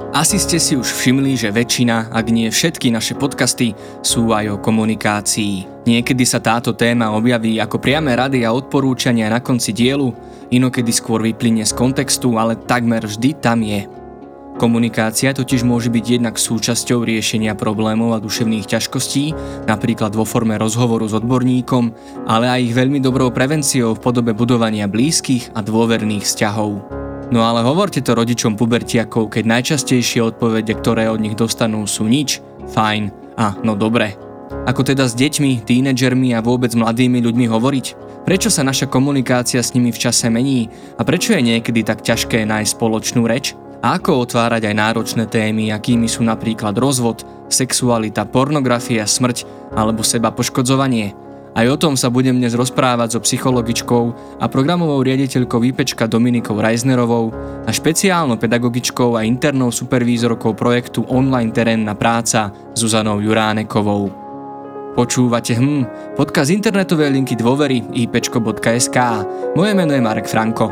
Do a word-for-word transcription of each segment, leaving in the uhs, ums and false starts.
Asi ste si už všimli, že väčšina, ak nie všetky naše podcasty sú aj o komunikácii. Niekedy sa táto téma objaví ako priame rady a odporúčania na konci dielu, inokedy skôr vyplynie z kontextu, ale takmer vždy tam je. Komunikácia totiž môže byť jednak súčasťou riešenia problémov a duševných ťažkostí, napríklad vo forme rozhovoru s odborníkom, ale aj ich veľmi dobrou prevenciou v podobe budovania blízkych a dôverných vzťahov. No ale hovorte to rodičom pubertiakov, keď najčastejšie odpovede, ktoré od nich dostanú, sú nič, fajn a no dobre. Ako teda s deťmi, tínedžermi a vôbec mladými ľuďmi hovoriť? Prečo sa naša komunikácia s nimi v čase mení a prečo je niekedy tak ťažké nájsť spoločnú reč? A ako otvárať aj náročné témy, akými sú napríklad rozvod, sexualita, pornografia, smrť alebo seba poškodzovanie? Aj o tom sa budem dnes rozprávať so psychologičkou a programovou riaditeľkou IPčka Dominikou Reisnerovou a špeciálnou pedagogičkou a internou supervízorkou projektu Online terénna práca Zuzanou Juránekovou. Počúvate hm, podcast internetovej linky dôvery ipečko bodka es ká. Moje meno je Marek Franko.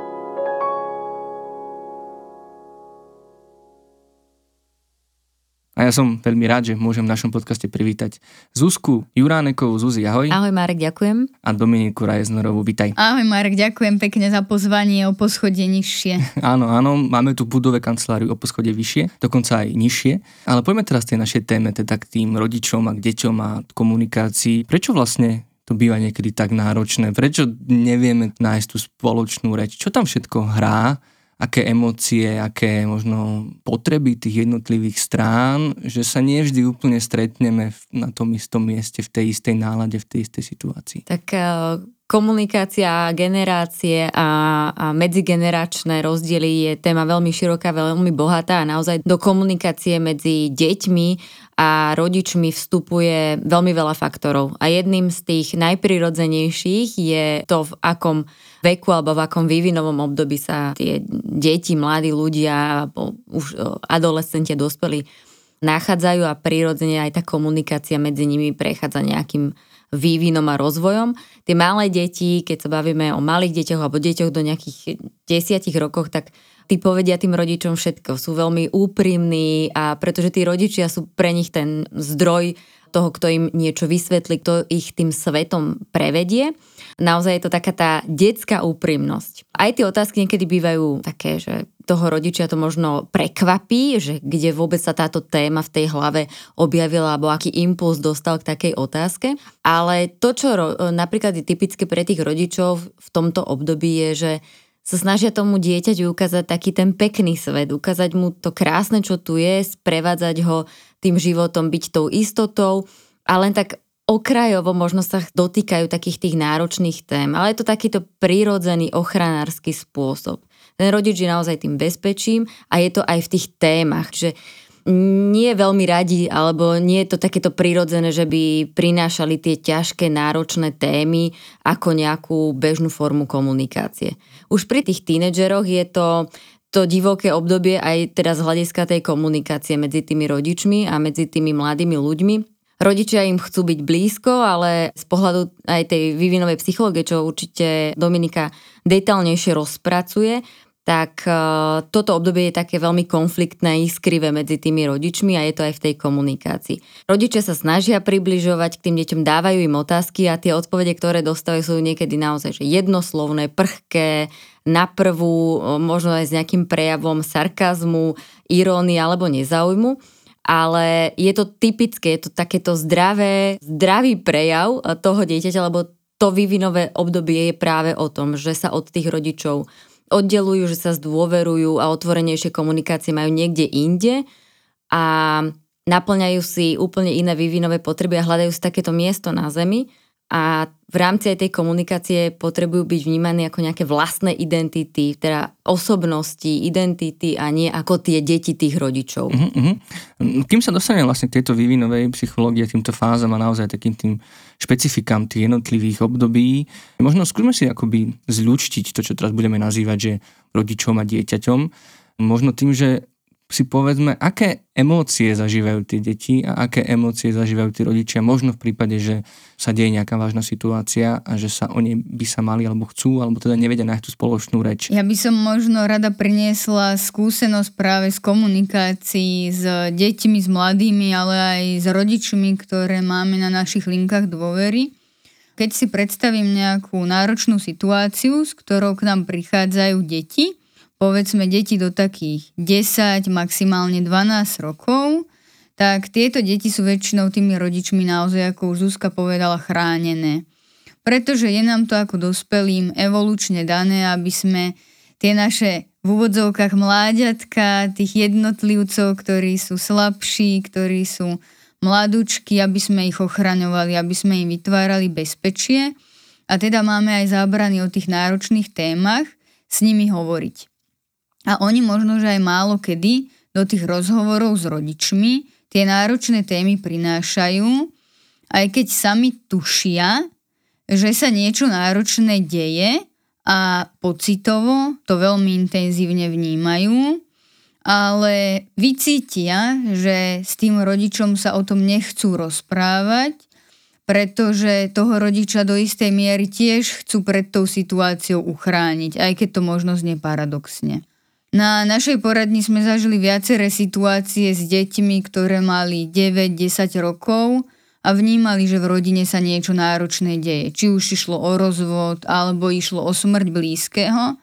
A ja som veľmi rád, že môžem v našom podcaste privítať Zuzku Juránekovú. Zuzi, ahoj. Ahoj Marek, ďakujem. A Dominiku Reisnerovú, vitaj. Ahoj Marek, ďakujem pekne za pozvanie o poschodie nižšie. Áno, áno, máme tu v budove kanceláriu o poschodie vyššie, dokonca aj nižšie. Ale poďme teraz tej našej téme, teda k tým rodičom a k deťom a komunikácii. Prečo vlastne to býva niekedy tak náročné? Prečo nevieme nájsť tú spoločnú reč? Čo tam všetko hrá? Aké emócie, aké možno potreby tých jednotlivých strán, že sa nevždy úplne stretneme na tom istom mieste, v tej istej nálade, v tej istej situácii. Tak komunikácia, generácie a, a medzigeneračné rozdiely je téma veľmi široká, veľmi bohatá a naozaj do komunikácie medzi deťmi a rodičmi vstupuje veľmi veľa faktorov. A jedným z tých najprirodzenejších je to, v akom veku alebo v akom vývinovom období sa tie deti, mladí ľudia, alebo už adolescenti, dospelí nachádzajú a prirodzene aj tá komunikácia medzi nimi prechádza nejakým vývinom a rozvojom. Tie malé deti, keď sa bavíme o malých deťoch alebo deťoch do nejakých desiatich rokoch, tak tí povedia tým rodičom všetko. Sú veľmi úprimní a pretože tí rodičia sú pre nich ten zdroj toho, kto im niečo vysvetlí, kto ich tým svetom prevedie. Naozaj je to taká tá detská úprimnosť. Aj tie otázky niekedy bývajú také, že toho rodičia to možno prekvapí, že kde vôbec sa táto téma v tej hlave objavila, alebo aký impuls dostal k takej otázke. Ale to, čo ro- napríklad je typické pre tých rodičov v tomto období je, že sa snažia tomu dieťaťu ukázať taký ten pekný svet, ukázať mu to krásne, čo tu je, sprevádzať ho tým životom, byť tou istotou a len tak okrajovo možno sa dotýkajú takých tých náročných tém, ale je to takýto prirodzený ochranársky spôsob. Ten rodič je naozaj tým bezpečím a je to aj v tých témach, že nie veľmi radi, alebo nie je to takéto prirodzené, že by prinášali tie ťažké, náročné témy ako nejakú bežnú formu komunikácie. Už pri tých tínedžeroch je to to divoké obdobie aj teda z hľadiska tej komunikácie medzi tými rodičmi a medzi tými mladými ľuďmi. Rodičia im chcú byť blízko, ale z pohľadu aj tej vývinovej psychológie, čo určite Dominika detailnejšie rozpracuje, tak uh, toto obdobie je také veľmi konfliktné, iskrivé medzi tými rodičmi a je to aj v tej komunikácii. Rodičia sa snažia približovať k tým deťom, dávajú im otázky a tie odpovede, ktoré dostávajú, sú niekedy naozaj že jednoslovné, prchké, na prvú, možno aj s nejakým prejavom sarkazmu, irónie alebo nezáujmu. Ale je to typické, je to takéto zdravé, zdravý prejav toho dieťaťa, lebo to vývinové obdobie je práve o tom, že sa od tých rodičov oddelujú, že sa zdôverujú a otvorenejšie komunikácie majú niekde inde a naplňajú si úplne iné vývinové potreby a hľadajú si takéto miesto na zemi a v rámci aj tej komunikácie potrebujú byť vnímané ako nejaké vlastné identity, teda osobnosti, identity a nie ako tie deti tých rodičov. Uh-huh, uh-huh. Kým sa dostaneme vlastne k tejto vývinovej psychológie, týmto fázam a naozaj takým tým špecifikám tých jednotlivých období, možno skúsme si akoby zľučtiť to, čo teraz budeme nazývať, že rodičom a dieťaťom. Možno tým, že si povedzme, aké emócie zažívajú tie deti a aké emócie zažívajú tí rodičia, možno v prípade, že sa deje nejaká vážna situácia a že sa o nej by sa mali alebo chcú, alebo teda nevedia nájsť tú spoločnú reč. Ja by som možno rada priniesla skúsenosť práve z komunikácií s deťmi, s mladými, ale aj s rodičmi, ktoré máme na našich linkách dôvery. Keď si predstavím nejakú náročnú situáciu, s ktorou k nám prichádzajú deti, povedzme deti do takých desať, maximálne dvanásť rokov, tak tieto deti sú väčšinou tými rodičmi naozaj, ako už Zuzka povedala, chránené. Pretože je nám to ako dospelým evolučne dané, aby sme tie naše v úvodzovkách mláďatka, tých jednotlivcov, ktorí sú slabší, ktorí sú mladúčky, aby sme ich ochraňovali, aby sme im vytvárali bezpečie. A teda máme aj zábrany o tých náročných témach s nimi hovoriť. A oni možno, že aj málo kedy do tých rozhovorov s rodičmi tie náročné témy prinášajú, aj keď sami tušia, že sa niečo náročné deje a pocitovo to veľmi intenzívne vnímajú, ale vycítia, že s tým rodičom sa o tom nechcú rozprávať, pretože toho rodiča do istej miery tiež chcú pred tou situáciou uchrániť, aj keď to možno znie paradoxne. Na našej poradni sme zažili viaceré situácie s deťmi, ktoré mali deväť desať rokov a vnímali, že v rodine sa niečo náročné deje. Či už išlo o rozvod, alebo išlo o smrť blízkeho.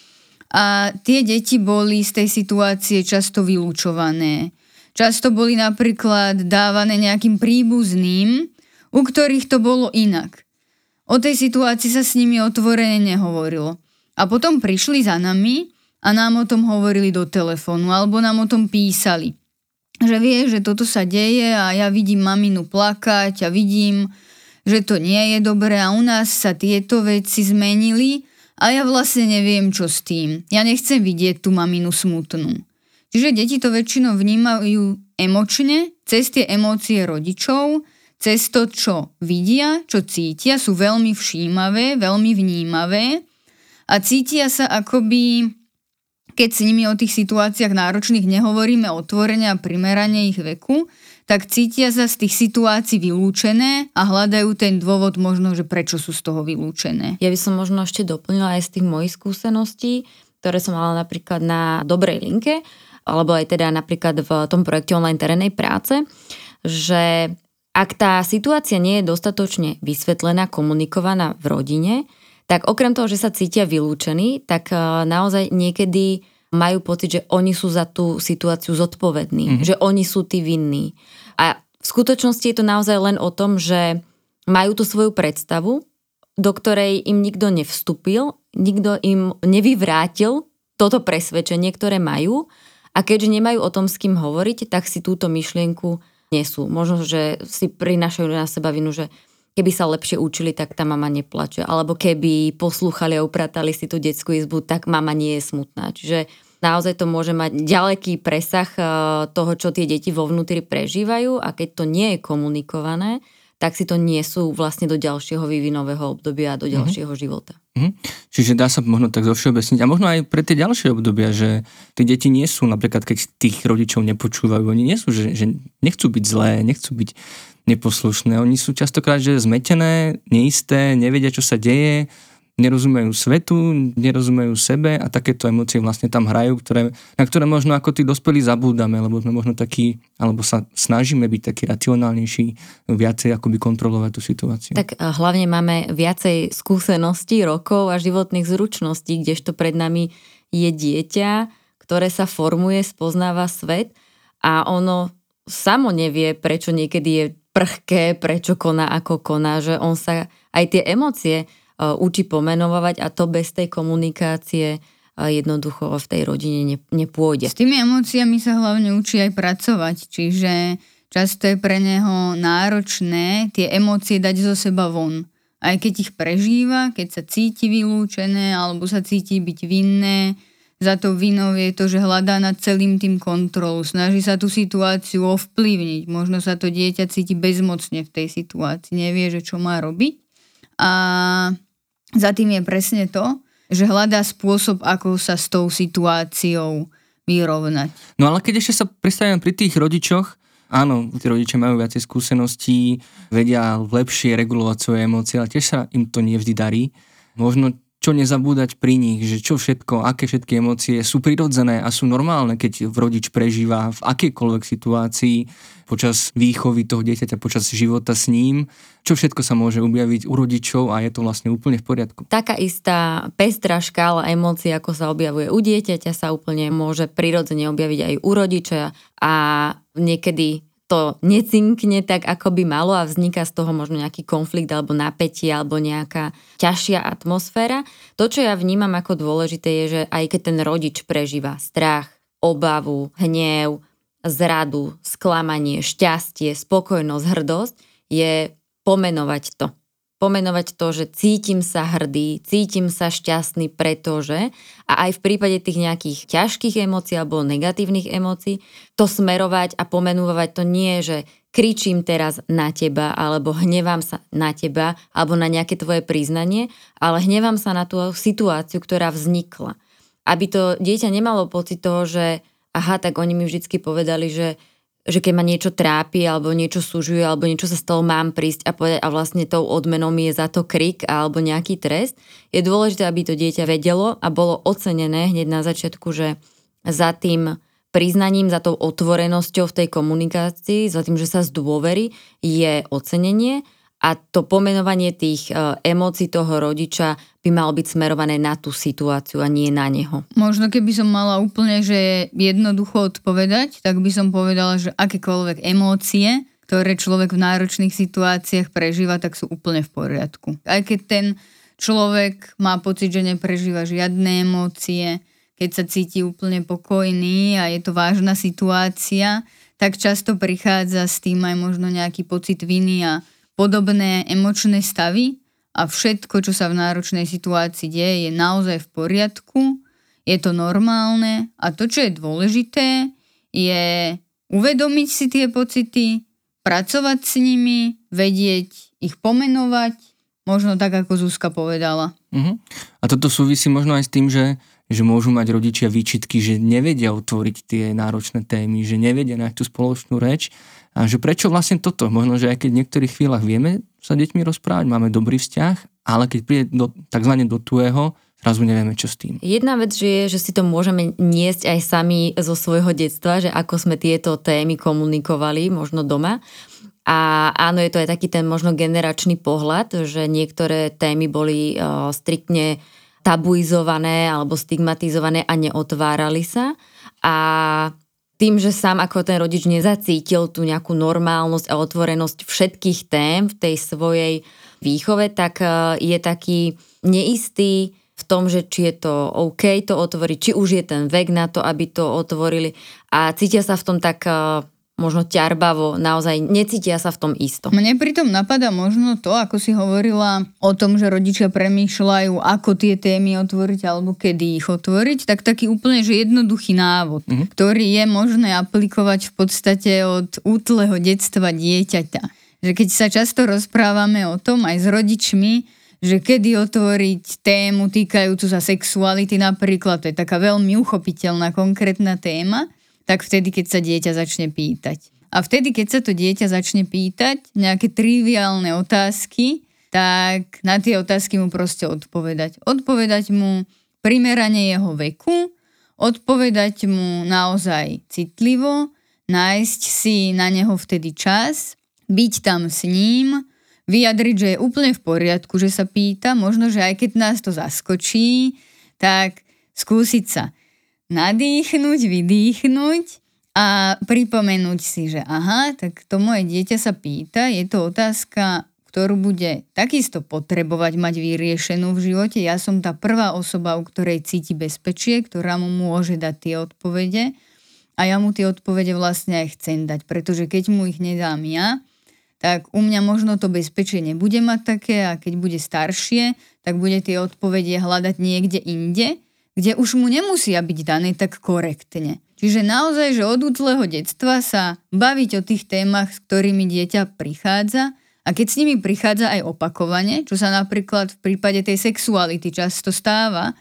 A tie deti boli z tej situácie často vylúčované. Často boli napríklad dávané nejakým príbuzným, u ktorých to bolo inak. O tej situácii sa s nimi otvorene nehovorilo. A potom prišli za nami a nám o tom hovorili do telefónu, alebo nám o tom písali. Že vie, že toto sa deje a ja vidím maminu plakať a vidím, že to nie je dobré a u nás sa tieto veci zmenili a ja vlastne neviem, čo s tým. Ja nechcem vidieť tú maminu smutnú. Čiže deti to väčšinou vnímajú emočne, cez tie emócie rodičov, cez to, čo vidia, čo cítia, sú veľmi všímavé, veľmi vnímavé a cítia sa akoby, keď s nimi o tých situáciách náročných nehovoríme otvorene a primerane ich veku, tak cítia sa z tých situácií vylúčené a hľadajú ten dôvod možno, že prečo sú z toho vylúčené. Ja by som možno ešte doplnila aj z tých mojich skúseností, ktoré som mala napríklad na Dobrej linke, alebo aj teda napríklad v tom projekte online terénnej práce, že ak tá situácia nie je dostatočne vysvetlená, komunikovaná v rodine, tak okrem toho, že sa cítia vylúčení, tak naozaj niekedy majú pocit, že oni sú za tú situáciu zodpovední, mm-hmm. že oni sú tí vinní. A v skutočnosti je to naozaj len o tom, že majú tú svoju predstavu, do ktorej im nikto nevstúpil, nikto im nevyvrátil toto presvedčenie, ktoré majú, a keďže nemajú o tom, s kým hovoriť, tak si túto myšlienku nesú. Možno, že si prinášajú na seba vinu, že keby sa lepšie učili, tak tá mama neplače. Alebo keby poslúchali a upratali si tú detskú izbu, tak mama nie je smutná. Čiže naozaj to môže mať ďaleký presah toho, čo tie deti vo vnútri prežívajú, a keď to nie je komunikované, tak si to nesú vlastne do ďalšieho vývinového obdobia a do ďalšieho mm-hmm. života. Mm-hmm. Čiže dá sa možno tak zovšeobecniť. A možno aj pre tie ďalšie obdobia, že tie deti nie sú, napríklad keď tých rodičov nepočúvajú, oni nie sú, že, že nechcú byť zlé, nechcú byť neposlušné. Oni sú častokrát, že zmetené, neisté, nevedia, čo sa deje, nerozumejú svetu, nerozumejú sebe a takéto emócie vlastne tam hrajú, ktoré, na ktoré možno ako tí dospelí zabúdame, lebo sme možno takí, alebo sa snažíme byť takí racionálnejší, viacej akoby kontrolovať tú situáciu. Tak hlavne máme viacej skúseností, rokov a životných zručností, kdežto pred nami je dieťa, ktoré sa formuje, spoznáva svet a ono samo nevie, prečo niekedy je prchké, prečo koná ako koná, že on sa aj tie emócie učí pomenovať a to bez tej komunikácie jednoducho v tej rodine nepôjde. S tými emóciami sa hlavne učí aj pracovať, čiže často je pre neho náročné tie emócie dať zo seba von. Aj keď ich prežíva, keď sa cíti vylúčené alebo sa cíti byť vinné, za to vinou je to, že hľadá nad celým tým kontrolu, snaží sa tú situáciu ovplyvniť. Možno sa to dieťa cíti bezmocne v tej situácii, nevie, že čo má robiť. A za tým je presne to, že hľadá spôsob, ako sa s tou situáciou vyrovnať. No ale keď ešte sa pristavím pri tých rodičoch, áno, tí rodičia majú viacej skúseností, vedia lepšie regulovať svoje emócie, ale tiež sa im to nevždy darí. Možno čo nezabúdať pri nich, že čo všetko, aké všetky emócie sú prirodzené a sú normálne, keď rodič prežíva v akejkoľvek situácii počas výchovy toho dieťaťa, počas života s ním, čo všetko sa môže objaviť u rodičov a je to vlastne úplne v poriadku. Taká istá pestrá škála emócií, ako sa objavuje u dieťaťa, sa úplne môže prirodzene objaviť aj u rodiča a niekedy to necinkne tak, ako by malo a vzniká z toho možno nejaký konflikt alebo napätie alebo nejaká ťažšia atmosféra. To, čo ja vnímam ako dôležité, je, že aj keď ten rodič prežíva strach, obavu, hnev, zradu, sklamanie, šťastie, spokojnosť, hrdosť, je pomenovať to. Pomenovať to, že cítim sa hrdý, cítim sa šťastný, pretože a aj v prípade tých nejakých ťažkých emócií alebo negatívnych emócií to smerovať a pomenovať to nie, že kričím teraz na teba alebo hnevám sa na teba alebo na nejaké tvoje priznanie, ale hnevám sa na tú situáciu, ktorá vznikla. Aby to dieťa nemalo pocit toho, že aha, tak oni mi vždycky povedali, že že keď ma niečo trápi, alebo niečo súžuje, alebo niečo sa stalo, mám prísť a povedať a vlastne tou odmenou mi je za to krik alebo nejaký trest. Je dôležité, aby to dieťa vedelo a bolo ocenené hneď na začiatku, že za tým priznaním, za tou otvorenosťou v tej komunikácii, za tým, že sa zdôverí, je ocenenie a to pomenovanie tých emócií toho rodiča by malo byť smerované na tú situáciu a nie na neho. Možno keby som mala úplne, že jednoducho odpovedať, tak by som povedala, že akékoľvek emócie, ktoré človek v náročných situáciách prežíva, tak sú úplne v poriadku. Aj keď ten človek má pocit, že neprežíva žiadne emócie, keď sa cíti úplne pokojný a je to vážna situácia, tak často prichádza s tým aj možno nejaký pocit viny a podobné emočné stavy a všetko, čo sa v náročnej situácii deje, je naozaj v poriadku, je to normálne a to, čo je dôležité, je uvedomiť si tie pocity, pracovať s nimi, vedieť ich pomenovať, možno tak, ako Zuzka povedala. Uh-huh. A toto súvisí možno aj s tým, že, že môžu mať rodičia výčitky, že nevedia otvoriť tie náročné témy, že nevedia nájsť tú spoločnú reč. A že prečo vlastne toto? Možno, že aj keď v niektorých chvíľach vieme sa deťmi rozprávať, máme dobrý vzťah, ale keď príde do, takzvané do tuého, zrazu nevieme, čo s tým. Jedna vec, že je, že si to môžeme niesť aj sami zo svojho detstva, že ako sme tieto témy komunikovali, možno doma. A áno, je to aj taký ten možno generačný pohľad, že niektoré témy boli uh, striktne tabuizované alebo stigmatizované a neotvárali sa. A tým, že sám ako ten rodič nezacítil tú nejakú normálnosť a otvorenosť všetkých tém v tej svojej výchove, tak je taký neistý v tom, že či je to OK to otvoriť, či už je ten vek na to, aby to otvorili a cítia sa v tom tak možno ťarbavo, naozaj necítia sa v tom isto. Mne pritom napadá možno to, ako si hovorila o tom, že rodičia premýšľajú, ako tie témy otvoriť alebo kedy ich otvoriť, tak taký úplne, že jednoduchý návod, mm-hmm. ktorý je možné aplikovať v podstate od útleho detstva dieťaťa. Že keď sa často rozprávame o tom aj s rodičmi, že kedy otvoriť tému týkajúcu sa sexuality napríklad, to je taká veľmi uchopiteľná konkrétna téma, tak vtedy, keď sa dieťa začne pýtať. A vtedy, keď sa to dieťa začne pýtať nejaké triviálne otázky, tak na tie otázky mu proste odpovedať. Odpovedať mu primerane jeho veku, odpovedať mu naozaj citlivo, nájsť si na neho vtedy čas, byť tam s ním, vyjadriť, že je úplne v poriadku, že sa pýta, možno, že aj keď nás to zaskočí, tak skúsiť sa nadýchnuť, vydýchnuť a pripomenúť si, že aha, tak to moje dieťa sa pýta, je to otázka, ktorú bude takisto potrebovať mať vyriešenú v živote. Ja som tá prvá osoba, u ktorej cíti bezpečie, ktorá mu môže dať tie odpovede a ja mu tie odpovede vlastne aj chcem dať, pretože keď mu ich nedám ja, tak u mňa možno to bezpečie nebude mať také a keď bude staršie, tak bude tie odpovede hľadať niekde inde, kde už mu nemusia byť dané tak korektne. Čiže naozaj, že od útleho detstva sa baviť o tých témach, s ktorými dieťa prichádza a keď s nimi prichádza aj opakovane, čo sa napríklad v prípade tej sexuality často stáva,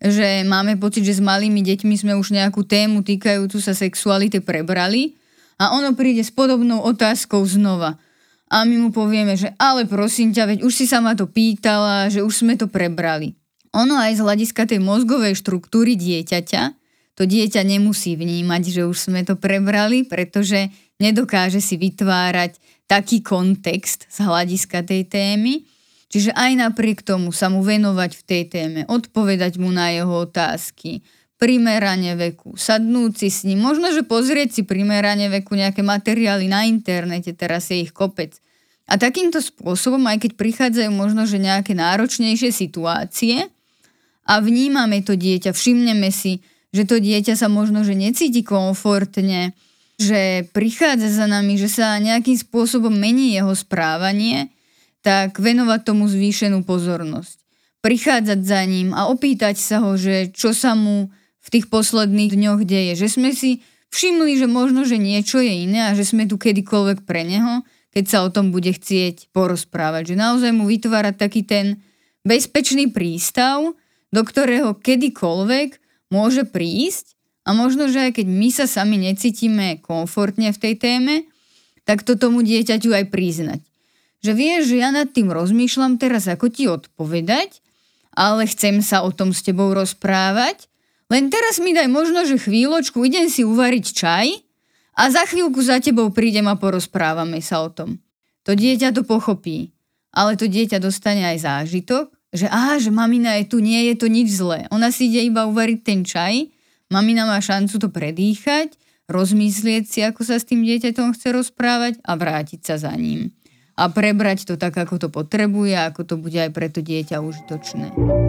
že máme pocit, že s malými deťmi sme už nejakú tému týkajúcu sa sexuality prebrali a ono príde s podobnou otázkou znova. A my mu povieme, že ale prosím ťa, veď už si sa ma to pýtala, že už sme to prebrali. Ono aj z hľadiska tej mozgovej štruktúry dieťaťa, to dieťa nemusí vnímať, že už sme to prebrali, pretože nedokáže si vytvárať taký kontext z hľadiska tej témy. Čiže aj napriek tomu sa mu venovať v tej téme, odpovedať mu na jeho otázky, primerane veku, sadnúť si s ním, možno, že pozrieť si primerane veku nejaké materiály na internete, teraz je ich kopec. A takýmto spôsobom, aj keď prichádzajú možno, že nejaké náročnejšie situácie a vnímame to dieťa, všimneme si, že to dieťa sa možno, že necíti komfortne, že prichádza za nami, že sa nejakým spôsobom mení jeho správanie, tak venovať tomu zvýšenú pozornosť. Prichádzať za ním a opýtať sa ho, že čo sa mu v tých posledných dňoch deje. Že sme si všimli, že možno, že niečo je iné a že sme tu kedykoľvek pre neho, keď sa o tom bude chcieť porozprávať. Že naozaj mu vytvárať taký ten bezpečný prístav, do ktorého kedykoľvek môže prísť a možno, že aj keď my sa sami necítime komfortne v tej téme, tak to tomu dieťaťu aj priznať. Že vieš, že ja nad tým rozmýšľam teraz, ako ti odpovedať, ale chcem sa o tom s tebou rozprávať. Len teraz mi daj možno, že chvíľočku, idem si uvariť čaj a za chvíľku za tebou prídem a porozprávame sa o tom. To dieťa to pochopí, ale to dieťa dostane aj zážitok, že aha, že mamina je tu, nie je to nič zlé. Ona si ide iba uvariť ten čaj, mamina má šancu to predýchať, rozmyslieť si, ako sa s tým dieťaťom chce rozprávať a vrátiť sa za ním. A prebrať to tak, ako to potrebuje, ako to bude aj pre to dieťa užitočné.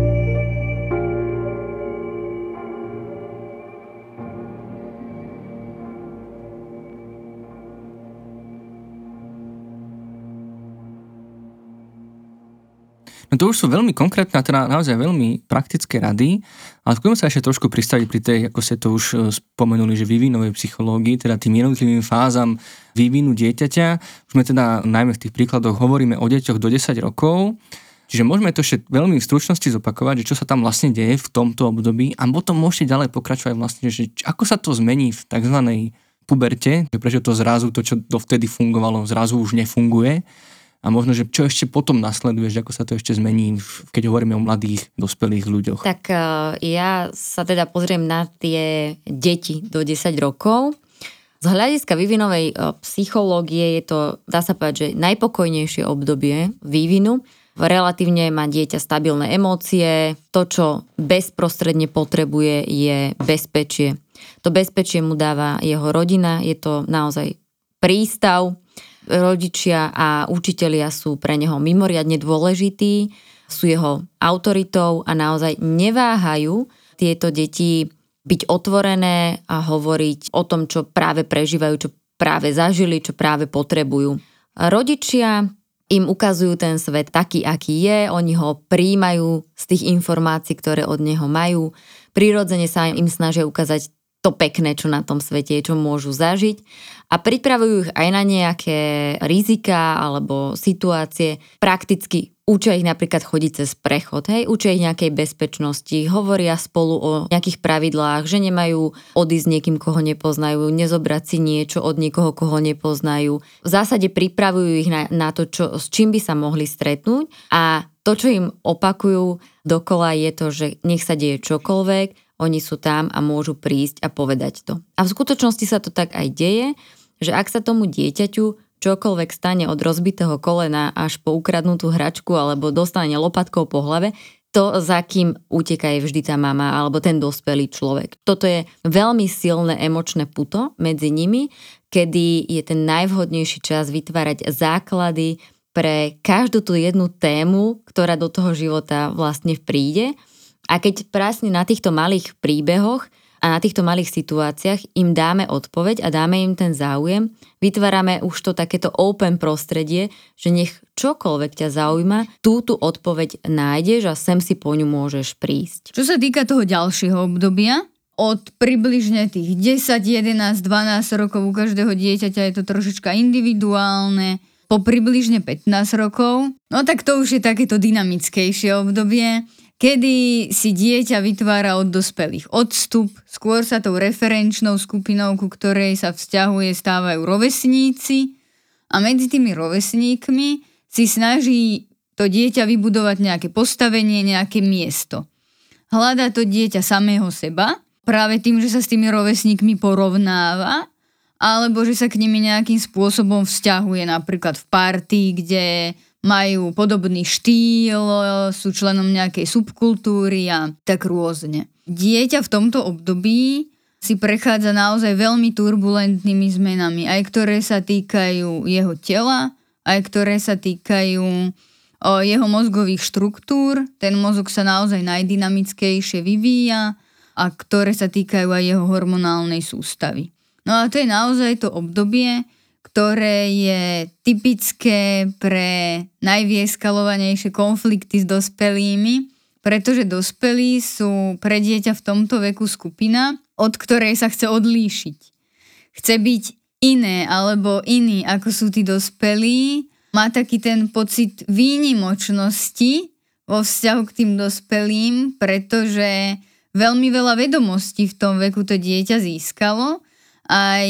No to už sú veľmi konkrétne a teda naozaj veľmi praktické rady, ale skúsme sa ešte trošku pristaviť pri tej, ako ste to už spomenuli, že vývinovej psychológii, teda tým jednotlivým fázam vývinu dieťaťa. Už sme teda najmä v tých príkladoch hovoríme o deťoch do desať rokov, čiže môžeme to ešte veľmi v stručnosti zopakovať, že čo sa tam vlastne deje v tomto období a potom môžete ďalej pokračovať vlastne, že ako sa to zmení v takzvanej puberte, že prečo to zrazu, to čo dovtedy fungovalo, zrazu už nefunguje. A možno, že čo ešte potom nasleduje, že ako sa to ešte zmení, keď hovoríme o mladých, dospelých ľuďoch. Tak ja sa teda pozriem na tie deti do desať rokov. Z hľadiska vývinovej psychológie je to, dá sa povedať, že najpokojnejšie obdobie vývinu. Relatívne má dieťa stabilné emócie. To, čo bezprostredne potrebuje, je bezpečie. To bezpečie mu dáva jeho rodina. Je to naozaj prístav. Rodičia a učitelia sú pre neho mimoriadne dôležití, sú jeho autoritou a naozaj neváhajú tieto deti byť otvorené a hovoriť o tom, čo práve prežívajú, čo práve zažili, čo práve potrebujú. Rodičia im ukazujú ten svet taký, aký je, oni ho prijímajú z tých informácií, ktoré od neho majú. Prirodzene sa im snažia ukázať to pekné, čo na tom svete je, čo môžu zažiť a pripravujú ich aj na nejaké rizika alebo situácie. Prakticky učia ich napríklad chodiť cez prechod, hej, učia ich nejakej bezpečnosti, hovoria spolu o nejakých pravidlách, že nemajú odísť niekým, koho nepoznajú, nezobrať si niečo od niekoho, koho nepoznajú. V zásade pripravujú ich na, na to, čo, s čím by sa mohli stretnúť a to, čo im opakujú dokola je to, že nech sa deje čokoľvek, oni sú tam a môžu prísť a povedať to. A v skutočnosti sa to tak aj deje, že ak sa tomu dieťaťu čokoľvek stane od rozbitého kolena až po ukradnutú hračku alebo dostane lopatkou po hlave, to, za kým uteká, je vždy tá mama alebo ten dospelý človek. Toto je veľmi silné emočné puto medzi nimi, kedy je ten najvhodnejší čas vytvárať základy pre každú tú jednu tému, ktorá do toho života vlastne príde. A keď presne na týchto malých príbehoch a na týchto malých situáciách im dáme odpoveď a dáme im ten záujem, vytvárame už to takéto open prostredie, že nech čokoľvek ťa zaujíma, túto odpoveď nájdeš a sem si po ňu môžeš prísť. Čo sa týka toho ďalšieho obdobia, od približne tých desať, jedenásť, dvanásť rokov u každého dieťaťa je to trošička individuálne, po približne pätnásť rokov, no tak to už je takéto dynamickejšie obdobie, kedy si dieťa vytvára od dospelých odstup, skôr sa tou referenčnou skupinou, ku ktorej sa vzťahuje, stávajú rovesníci a medzi tými rovesníkmi si snaží to dieťa vybudovať nejaké postavenie, nejaké miesto. Hľadá to dieťa samého seba, práve tým, že sa s tými rovesníkmi porovnáva, alebo že sa k nimi nejakým spôsobom vzťahuje, napríklad v partii, kde majú podobný štýl, sú členom nejakej subkultúry a tak rôzne. Dieťa v tomto období si prechádza naozaj veľmi turbulentnými zmenami, aj ktoré sa týkajú jeho tela, aj ktoré sa týkajú o, jeho mozgových štruktúr. Ten mozog sa naozaj najdynamickejšie vyvíja a ktoré sa týkajú aj jeho hormonálnej sústavy. No a to je naozaj to obdobie, ktoré je typické pre najvieskalovanejšie konflikty s dospelými, pretože dospelí sú pre dieťa v tomto veku skupina, od ktorej sa chce odlíšiť. Chce byť iné alebo iný, ako sú tí dospelí. Má taký ten pocit výnimočnosti vo vzťahu k tým dospelým, pretože veľmi veľa vedomostí v tom veku to dieťa získalo. Aj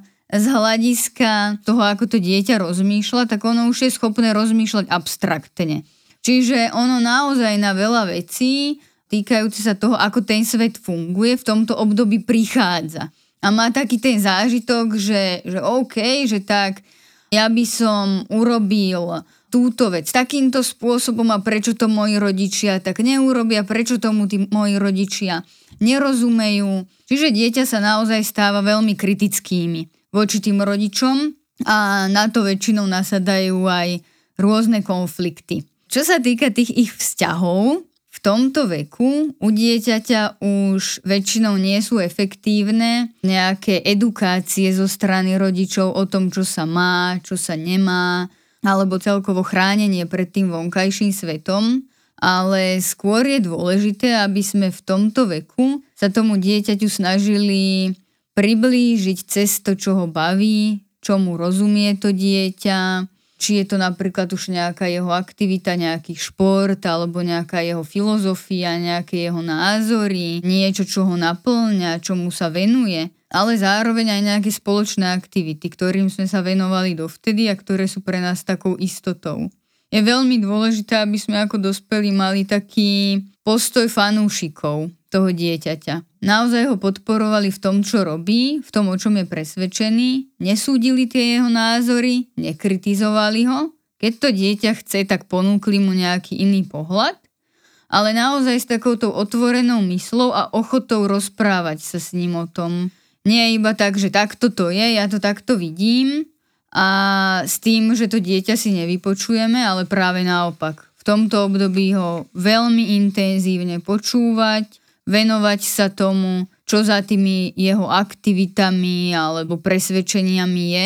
z hľadiska toho, ako to dieťa rozmýšľa, tak ono už je schopné rozmýšľať abstraktne. Čiže ono naozaj na veľa vecí, týkajúce sa toho, ako ten svet funguje, v tomto období prichádza. A má taký ten zážitok, že, že OK, že tak ja by som urobil túto vec takýmto spôsobom a prečo to moji rodičia tak neurobia, prečo tomu tí moji rodičia nerozumejú. Čiže dieťa sa naozaj stáva veľmi kritickými voči tým rodičom a na to väčšinou nasadajú aj rôzne konflikty. Čo sa týka tých ich vzťahov, v tomto veku u dieťaťa už väčšinou nie sú efektívne nejaké edukácie zo strany rodičov o tom, čo sa má, čo sa nemá, alebo celkovo chránenie pred tým vonkajším svetom, ale skôr je dôležité, aby sme v tomto veku sa tomu dieťaťu snažili priblížiť cez to, čo ho baví, čo mu rozumie to dieťa, či je to napríklad už nejaká jeho aktivita, nejaký šport, alebo nejaká jeho filozofia, nejaké jeho názory, niečo, čo ho naplňa, čomu sa venuje, ale zároveň aj nejaké spoločné aktivity, ktorým sme sa venovali dovtedy a ktoré sú pre nás takou istotou. Je veľmi dôležité, aby sme ako dospelí mali taký postoj fanúšikov toho dieťaťa. Naozaj ho podporovali v tom, čo robí, v tom, o čom je presvedčený, nesúdili tie jeho názory, nekritizovali ho. Keď to dieťa chce, tak ponúkli mu nejaký iný pohľad, ale naozaj s takouto otvorenou myslou a ochotou rozprávať sa s ním o tom. Nie iba tak, že takto to je, ja to takto vidím a s tým, že to dieťa si nevypočujeme, ale práve naopak. V tomto období ho veľmi intenzívne počúvať, venovať sa tomu, čo za tými jeho aktivitami alebo presvedčeniami je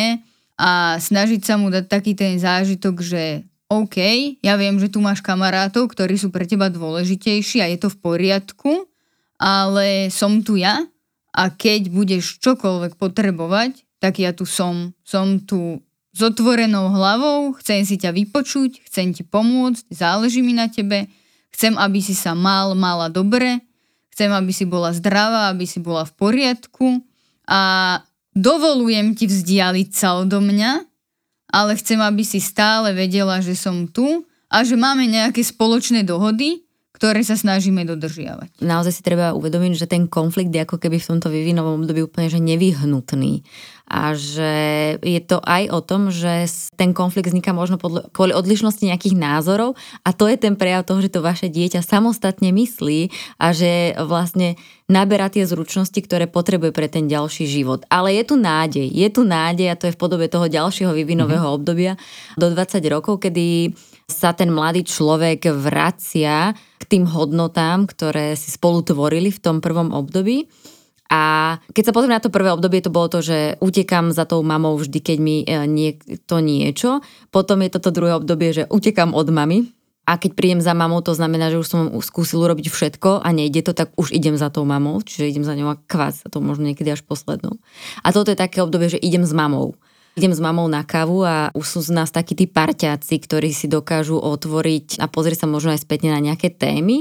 a snažiť sa mu dať taký ten zážitok, že OK, ja viem, že tu máš kamarátov, ktorí sú pre teba dôležitejší a je to v poriadku, ale som tu ja a keď budeš čokoľvek potrebovať, tak ja tu som. Som tu s otvorenou hlavou, chcem si ťa vypočuť, chcem ti pomôcť, záleží mi na tebe, chcem, aby si sa mal, mala dobre, chcem, aby si bola zdravá, aby si bola v poriadku a dovolujem ti vzdialiť sa odo mňa, ale chcem, aby si stále vedela, že som tu a že máme nejaké spoločné dohody, ktoré sa snažíme dodržiavať. Naozaj si treba uvedomiť, že ten konflikt je ako keby v tomto vývinovom období úplne že nevyhnutný. A že je to aj o tom, že ten konflikt vzniká možno podľa, kvôli odlišnosti nejakých názorov a to je ten prejav toho, že to vaše dieťa samostatne myslí a že vlastne naberá tie zručnosti, ktoré potrebuje pre ten ďalší život. Ale je tu nádej. Je tu nádej a to je v podobe toho ďalšieho vývinového mm-hmm. obdobia do dvadsať rokov, kedy sa ten mladý človek vracia k tým hodnotám, ktoré si spolu tvorili v tom prvom období. A keď sa pozrieme na to prvé obdobie, to bolo to, že utekám za tou mamou vždy, keď mi niekto niečo. Potom je toto druhé obdobie, že utekám od mamy. A keď prídem za mamou, to znamená, že už som skúsil urobiť všetko a nejde to, tak už idem za tou mamou. Čiže idem za ňou a kvás, a to možno niekedy až poslednou. A toto je také obdobie, že idem s mamou. Idem s mamou na kávu a už sú z nás takí tí parťáci, ktorí si dokážu otvoriť a pozrieť sa možno aj spätne na nejaké témy,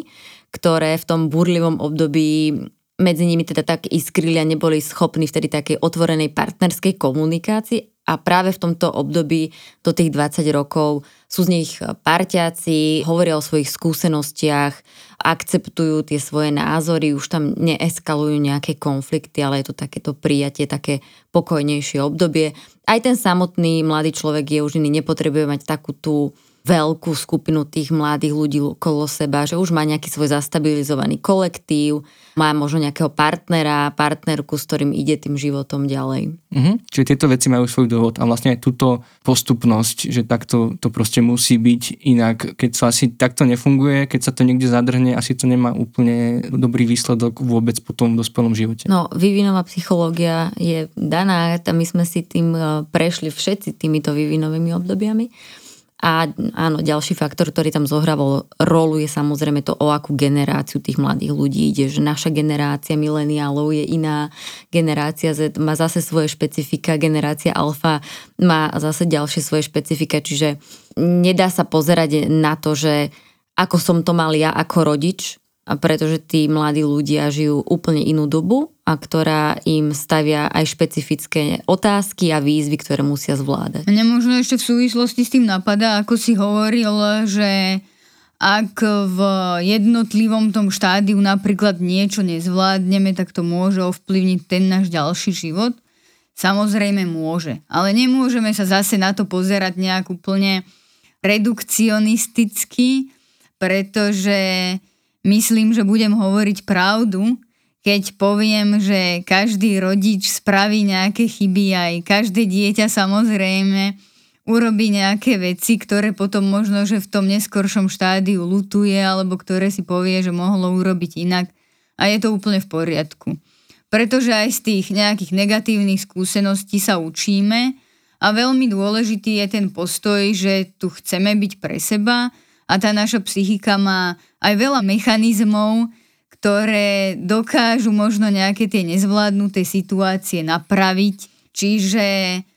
ktoré v tom búrlivom období medzi nimi teda tak iskrili a neboli schopní vtedy takej otvorenej partnerskej komunikácii a práve v tomto období do tých dvadsať rokov sú z nich parťáci, hovoria o svojich skúsenostiach, akceptujú tie svoje názory, už tam neeskalujú nejaké konflikty, ale je to takéto prijatie, také pokojnejšie obdobie. Aj ten samotný mladý človek je už iný, nepotrebuje mať takú tú veľkú skupinu tých mladých ľudí okolo seba, že už má nejaký svoj zastabilizovaný kolektív, má možno nejakého partnera, partnerku, s ktorým ide tým životom ďalej. Mhm. Čiže tieto veci majú svoj dôvod a vlastne aj túto postupnosť, že takto to proste musí byť, inak keď sa asi takto nefunguje, keď sa to niekde zadrhne, asi to nemá úplne dobrý výsledok vôbec po tom dospelom živote. No, vývinová psychológia je daná, tam my sme si tým prešli všetci týmito vývinovými obdobiami. A áno, ďalší faktor, ktorý tam zohrával rolu, je samozrejme to, o akú generáciu tých mladých ľudí ide, že naša generácia mileniálov je iná, generácia Z má zase svoje špecifika, generácia Alfa má zase ďalšie svoje špecifika, čiže nedá sa pozerať na to, že ako som to mal ja ako rodič, a pretože tí mladí ľudia žijú úplne inú dobu a ktorá im stavia aj špecifické otázky a výzvy, ktoré musia zvládať. Mne možno ešte v súvislosti s tým napadá, ako si hovoril, že ak v jednotlivom tom štádiu napríklad niečo nezvládneme, tak to môže ovplyvniť ten náš ďalší život. Samozrejme môže, ale nemôžeme sa zase na to pozerať nejak úplne redukcionisticky, pretože myslím, že budem hovoriť pravdu, keď poviem, že každý rodič spraví nejaké chyby, aj každé dieťa samozrejme urobí nejaké veci, ktoré potom možno, že v tom neskoršom štádiu ľutuje, alebo ktoré si povie, že mohlo urobiť inak. A je to úplne v poriadku. Pretože aj z tých nejakých negatívnych skúseností sa učíme a veľmi dôležitý je ten postoj, že tu chceme byť pre seba a tá naša psychika má aj veľa mechanizmov, ktoré dokážu možno nejaké tie nezvládnuté situácie napraviť. Čiže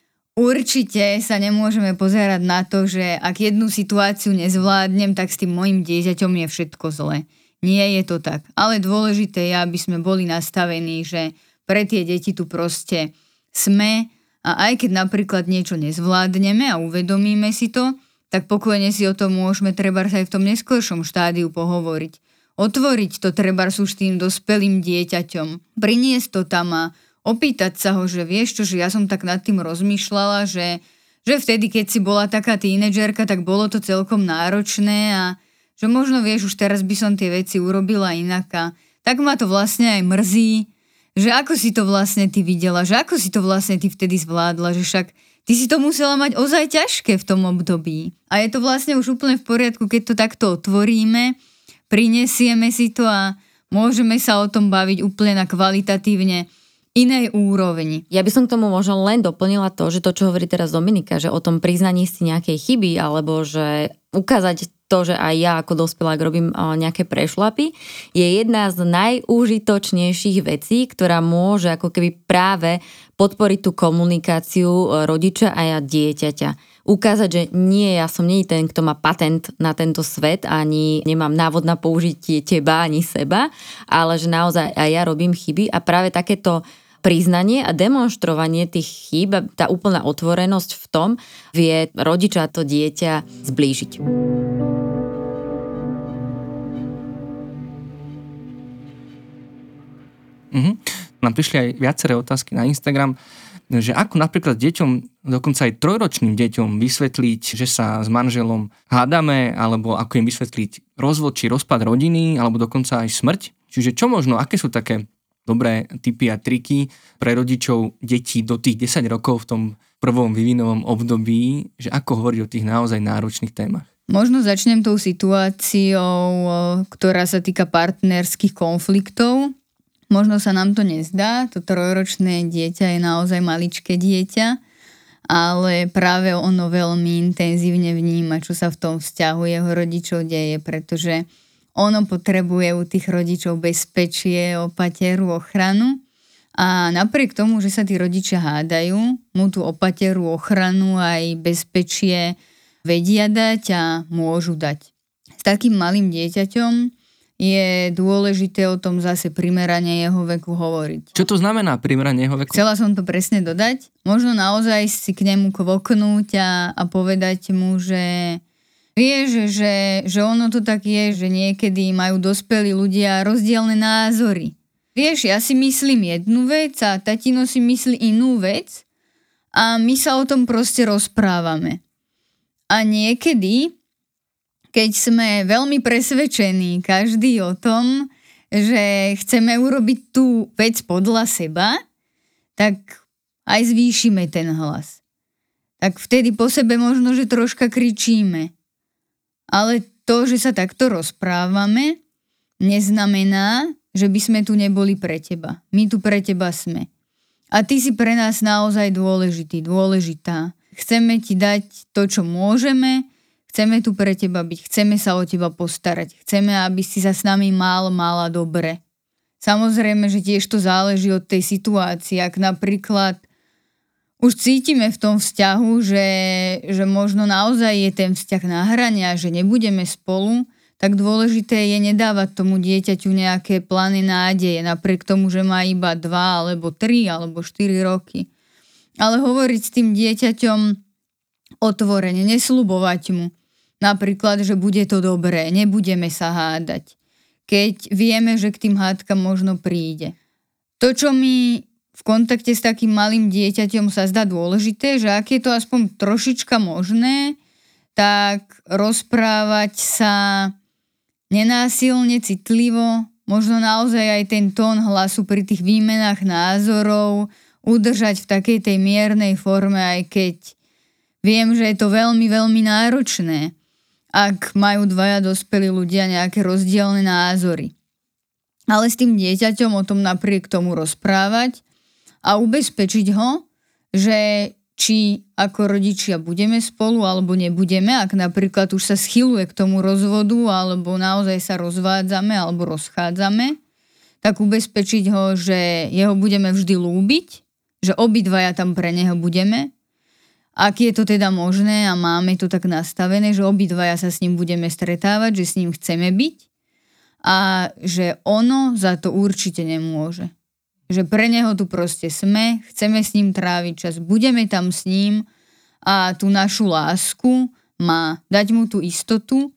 určite sa nemôžeme pozerať na to, že ak jednu situáciu nezvládnem, tak s tým mojim dieťaťom je všetko zle. Nie je to tak. Ale dôležité je, aby sme boli nastavení, že pre tie deti tu proste sme a aj keď napríklad niečo nezvládneme a uvedomíme si to, tak pokojne si o tom môžeme trebárs aj v tom neskoršom štádiu pohovoriť. Otvoriť to trebárs už tým dospelým dieťaťom. Priniesť to tam a opýtať sa ho, že vieš čo, že ja som tak nad tým rozmýšľala, že, že vtedy, keď si bola taká tínedžerka, tak bolo to celkom náročné a že možno vieš, už teraz by som tie veci urobila inak a tak ma to vlastne aj mrzí, že ako si to vlastne ty videla, že ako si to vlastne ty vtedy zvládla, že však ty si to musela mať ozaj ťažké v tom období. A je to vlastne už úplne v poriadku, keď to takto otvoríme, prinesieme si to a môžeme sa o tom baviť úplne na kvalitatívne inej úrovni. Ja by som k tomu možno len doplnila to, že to, čo hovorí teraz Dominika, že o tom priznaní si nejakej chyby, alebo že ukázať to, že aj ja ako dospelák robím nejaké prešlapy, je jedna z najúžitočnejších vecí, ktorá môže ako keby práve podporiť tú komunikáciu rodiča a dieťaťa. Ukázať, že nie, ja som nie ten, kto má patent na tento svet, ani nemám návod na použitie teba, ani seba, ale že naozaj aj ja robím chyby a práve takéto priznanie a demonštrovanie tých chýb, tá úplná otvorenosť v tom vie rodiča a to dieťa zblížiť. Mhm. Nám prišli aj viaceré otázky na Instagram, že ako napríklad deťom, dokonca aj trojročným deťom vysvetliť, že sa s manželom hádame, alebo ako im vysvetliť rozvod či rozpad rodiny, alebo dokonca aj smrť. Čiže čo možno, aké sú také dobré tipy a triky pre rodičov detí do tých desať rokov v tom prvom vývinovom období, že ako hovoriť o tých naozaj náročných témach? Možno začnem tou situáciou, ktorá sa týka partnerských konfliktov. Možno sa nám to nezdá, to trojročné dieťa je naozaj maličké dieťa, ale práve ono veľmi intenzívne vníma, čo sa v tom vzťahu jeho rodičov deje, pretože ono potrebuje u tých rodičov bezpečie, opateru, ochranu a napriek tomu, že sa tí rodičia hádajú, mu tú opateru, ochranu aj bezpečie vedia dať a môžu dať. S takým malým dieťaťom je dôležité o tom zase primerane jeho veku hovoriť. Čo to znamená primerane jeho veku? Chcela som to presne dodať. Možno naozaj si k nemu kvoknúť a, a povedať mu, že vieš, že, že ono to tak je, že niekedy majú dospelí ľudia rozdielne názory. Vieš, ja si myslím jednu vec a tatino si myslí inú vec a my sa o tom proste rozprávame. A niekedy, keď sme veľmi presvedčení každý o tom, že chceme urobiť tú vec podľa seba, tak aj zvýšime ten hlas. Tak vtedy po sebe možno, že troška kričíme. Ale to, že sa takto rozprávame, neznamená, že by sme tu neboli pre teba. My tu pre teba sme. A ty si pre nás naozaj dôležitý, dôležitá. Chceme ti dať to, čo môžeme, chceme tu pre teba byť, chceme sa o teba postarať, chceme, aby si sa s nami mal, mala dobre. Samozrejme, že tiež to záleží od tej situácie. Ak napríklad už cítime v tom vzťahu, že, že možno naozaj je ten vzťah na hrane a že nebudeme spolu, tak dôležité je nedávať tomu dieťaťu nejaké plány nádeje, napriek tomu, že má iba dva, alebo tri, alebo štyri roky. Ale hovoriť s tým dieťaťom otvorene, nesľubovať mu. Napríklad, že bude to dobré, nebudeme sa hádať. Keď vieme, že k tým hádkam možno príde. To, čo mi v kontakte s takým malým dieťaťom sa zdá dôležité, že ak je to aspoň trošička možné, tak rozprávať sa nenásilne, citlivo, možno naozaj aj ten tón hlasu pri tých výmenách názorov udržať v takej tej miernej forme, aj keď viem, že je to veľmi, veľmi náročné, ak majú dvaja dospelí ľudia nejaké rozdielne názory. Ale s tým dieťaťom o tom napriek tomu rozprávať a ubezpečiť ho, že či ako rodičia budeme spolu alebo nebudeme, ak napríklad už sa schyluje k tomu rozvodu alebo naozaj sa rozvádzame alebo rozchádzame, tak ubezpečiť ho, že jeho budeme vždy ľúbiť, že obidvaja tam pre neho budeme. Ak je to teda možné a máme to tak nastavené, že obidvaja sa s ním budeme stretávať, že s ním chceme byť a že ono za to určite nemôže. Že pre neho tu proste sme, chceme s ním tráviť čas, budeme tam s ním a tú našu lásku má dať mu tú istotu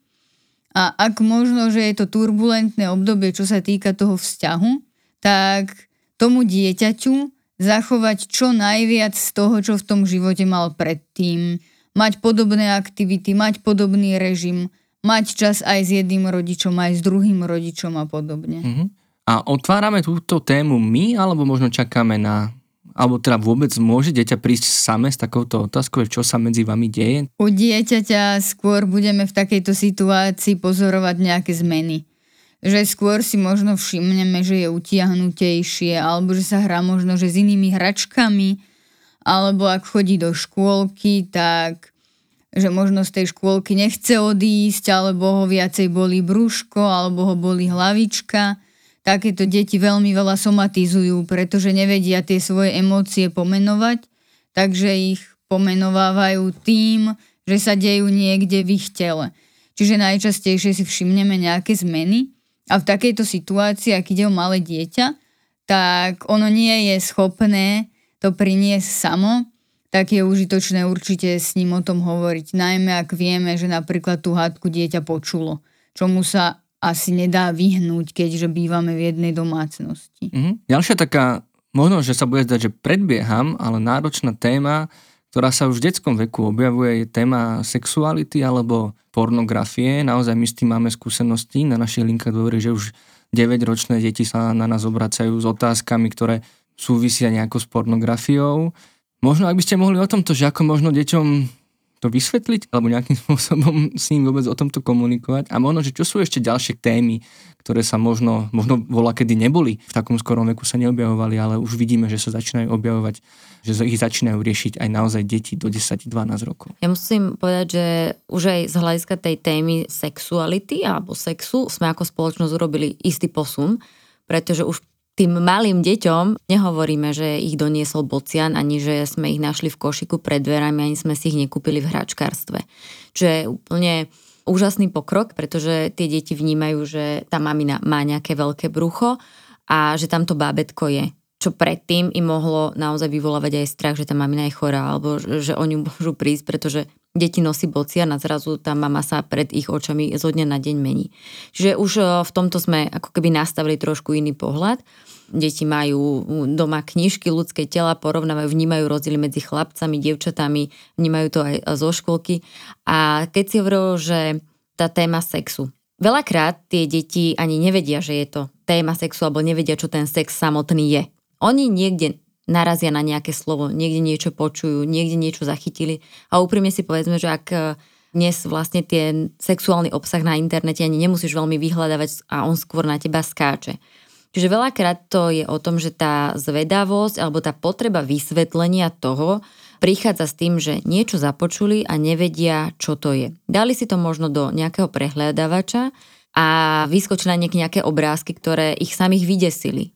a ak možno, že je to turbulentné obdobie, čo sa týka toho vzťahu, tak tomu dieťaťu zachovať čo najviac z toho, čo v tom živote mal predtým, mať podobné aktivity, mať podobný režim, mať čas aj s jedným rodičom, aj s druhým rodičom a podobne. Mm-hmm. A otvárame túto tému my, alebo možno čakáme na, alebo teda vôbec môže dieťa prísť same s takouto otázkou, čo sa medzi vami deje? U dieťaťa skôr budeme v takejto situácii pozorovať nejaké zmeny. Že skôr si možno všimneme, že je utiahnutejšie, alebo že sa hrá možno že s inými hračkami, alebo ak chodí do škôlky, tak že možno z tej škôlky nechce odísť, alebo ho viacej bolí brúško, alebo ho bolí hlavička. Takéto deti veľmi veľa somatizujú, pretože nevedia tie svoje emócie pomenovať, takže ich pomenovávajú tým, že sa dejú niekde v ich tele. Čiže najčastejšie si všimneme nejaké zmeny a v takejto situácii, ak ide o malé dieťa, tak ono nie je schopné to priniesť samo, tak je užitočné určite s ním o tom hovoriť. Najmä ak vieme, že napríklad tú hádku dieťa počulo, čomu sa asi nedá vyhnúť, keďže bývame v jednej domácnosti. Mhm. Ďalšia taká, možno, že sa bude zdať, že predbieham, ale náročná téma, ktorá sa už v detskom veku objavuje, je téma sexuality alebo pornografie. Naozaj my s tým máme skúsenosti na našich linkách dôvery, že už deväťročné deti sa na nás obracajú s otázkami, ktoré súvisia nejako s pornografiou. Možno, ak by ste mohli o tomto, že ako možno deťom to vysvetliť, alebo nejakým spôsobom s ním vôbec o tomto komunikovať. A možno, že čo sú ešte ďalšie témy, ktoré sa možno, možno voľakedy neboli, v takom skorom veku sa neobjavovali, ale už vidíme, že sa začínajú objavovať, že ich začínajú riešiť aj naozaj deti do desať dvanásť rokov. Ja musím povedať, že už aj z hľadiska tej témy sexuality alebo sexu sme ako spoločnosť urobili istý posun, pretože už tým malým deťom nehovoríme, že ich doniesol bocian, ani že sme ich našli v košiku pred dverami, ani sme si ich nekúpili v hračkárstve. Čo je úplne úžasný pokrok, pretože tie deti vnímajú, že tá mamina má nejaké veľké brucho a že tam to bábätko je. Čo predtým im mohlo naozaj vyvolávať aj strach, že tá mamina je chorá alebo že o ňu môžu prísť, pretože deti nosí bocian a zrazu tá mama sa pred ich očami zo dňa na deň mení. Čiže už v tomto sme ako keby nastavili trošku iný pohľad. Deti majú doma knižky ľudské tela, porovnávajú, vnímajú rozdiely medzi chlapcami, dievčatami, vnímajú to aj zo školky. A keď si hovoril, že tá téma sexu. Veľakrát tie deti ani nevedia, že je to téma sexu, alebo nevedia, čo ten sex samotný je. Oni niekde narazia na nejaké slovo, niekde niečo počujú, niekde niečo zachytili a úprimne si povedzme, že ak dnes vlastne ten sexuálny obsah na internete ani nemusíš veľmi vyhľadávať a on skôr na teba skáče. Čiže veľakrát to je o tom, že tá zvedavosť alebo tá potreba vysvetlenia toho prichádza s tým, že niečo započuli a nevedia, čo to je. Dali si to možno do nejakého prehľadávača a vyskočili na nejaké obrázky, ktoré ich samých vydesili.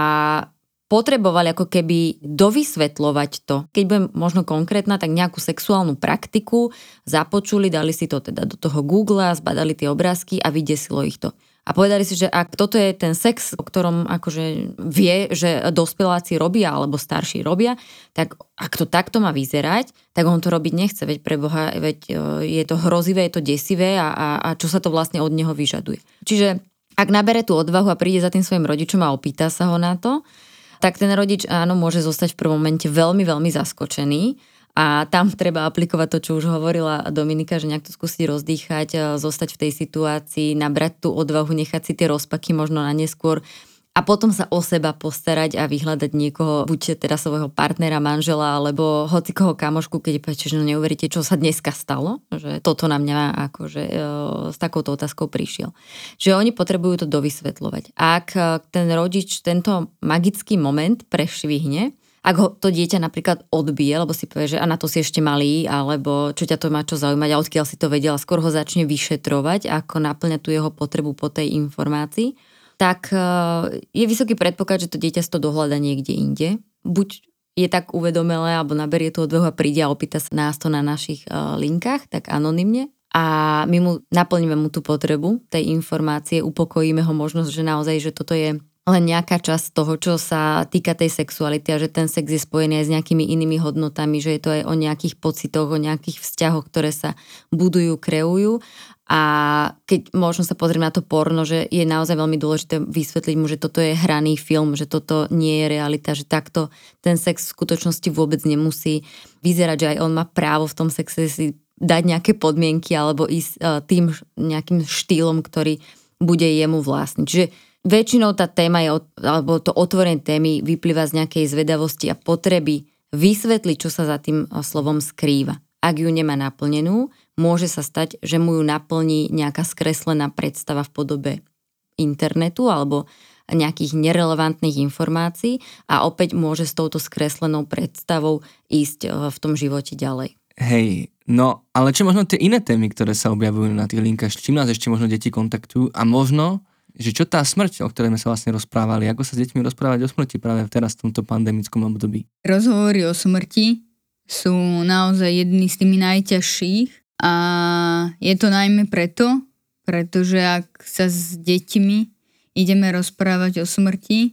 A potrebovali ako keby dovysvetľovať to. Keď budem možno konkrétna, tak nejakú sexuálnu praktiku započuli, dali si to teda do toho Google, zbadali tie obrázky a vydesilo ich to. A povedali si, že ak toto je ten sex, o ktorom akože vie, že dospeláci robia alebo starší robia, tak ak to takto má vyzerať, tak on to robiť nechce. Veď preboha, veď je to hrozivé, je to desivé a, a, a čo sa to vlastne od neho vyžaduje. Čiže ak nabere tú odvahu a príde za tým svojim rodičom a opýta sa ho na to, tak ten rodič áno, môže zostať v prvom momente veľmi, veľmi zaskočený a tam treba aplikovať to, čo už hovorila Dominika, že nejak to skúsiť rozdýchať, zostať v tej situácii, nabrať tú odvahu, nechať si tie rozpaky možno na neskôr a potom sa o seba postarať a vyhľadať niekoho, buď teda svojho partnera, manžela, alebo hocikoho kamošku, keď poviete, že no neuveríte, čo sa dneska stalo, že toto na mňa akože e, s takouto otázkou prišiel. Že oni potrebujú to dovysvetľovať. Ak ten rodič tento magický moment prešvihne, ak ho to dieťa napríklad odbije, lebo si povie, že a na to si ešte malý, alebo čo ťa to má čo zaujímať a odkiaľ si to vedela, skôr ho začne vyšetrovať, ako naplňať tú jeho potrebu po tej informácii, tak je vysoký predpoklad, že to dieťa si to dohľada niekde inde. Buď je tak uvedomelé, alebo naberie tú odvahu a príde a opýta sa nás to na našich linkách, tak anonymne. A my mu naplníme mu tú potrebu tej informácie, upokojíme ho možnosť, že naozaj, že toto je len nejaká časť toho, čo sa týka tej sexuality a že ten sex je spojený aj s nejakými inými hodnotami, že je to aj o nejakých pocitoch, o nejakých vzťahoch, ktoré sa budujú, kreujú. A keď možno sa pozrieť na to porno, že je naozaj veľmi dôležité vysvetliť mu, že toto je hraný film, že toto nie je realita, že takto ten sex v skutočnosti vôbec nemusí vyzerať, že aj on má právo v tom sexe si dať nejaké podmienky alebo ísť tým nejakým štýlom, ktorý bude jemu vlastný. Čiže väčšinou tá téma je, alebo to otvorenie témy vyplýva z nejakej zvedavosti a potreby vysvetliť, čo sa za tým slovom skrýva. Ak ju nemá naplnenú, môže sa stať, že mu ju naplní nejaká skreslená predstava v podobe internetu alebo nejakých nerelevantných informácií a opäť môže s touto skreslenou predstavou ísť v tom živote ďalej. Hej, no ale čo možno tie iné témy, ktoré sa objavujú na tých linkách, čím nás ešte možno deti kontaktujú a možno, že čo tá smrť, o ktorej sme sa vlastne rozprávali, ako sa s deťmi rozprávať o smrti práve teraz v tomto pandemickom období? Rozhovory o smrti sú naozaj jedný z tými najťažších a je to najmä preto, pretože ak sa s deťmi ideme rozprávať o smrti,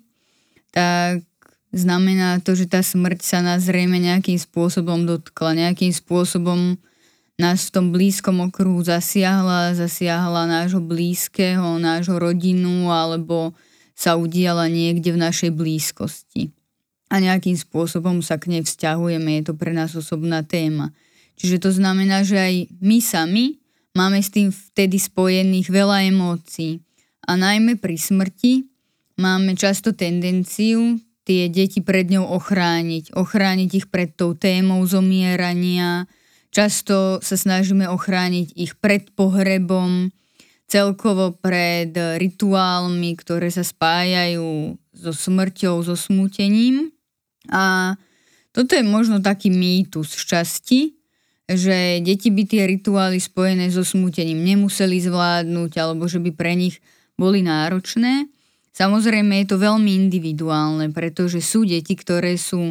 tak znamená to, že tá smrť sa nás zrejme nejakým spôsobom dotkla, nejakým spôsobom nás v tom blízkom okruhu zasiahla, zasiahla nášho blízkeho, nášho rodinu alebo sa udiala niekde v našej blízkosti. A nejakým spôsobom sa k nej vzťahujeme, je to pre nás osobná téma. Čiže to znamená, že aj my sami máme s tým vtedy spojených veľa emócií. A najmä pri smrti máme často tendenciu tie deti pred ňou ochrániť. Ochrániť ich pred tou témou zomierania. Často sa snažíme ochrániť ich pred pohrebom, celkovo pred rituálmi, ktoré sa spájajú so smrťou, so smútením. A toto je možno taký mýtus z časti, že deti by tie rituály spojené so smútením nemuseli zvládnuť alebo že by pre nich boli náročné. Samozrejme je to veľmi individuálne, pretože sú deti, ktoré sú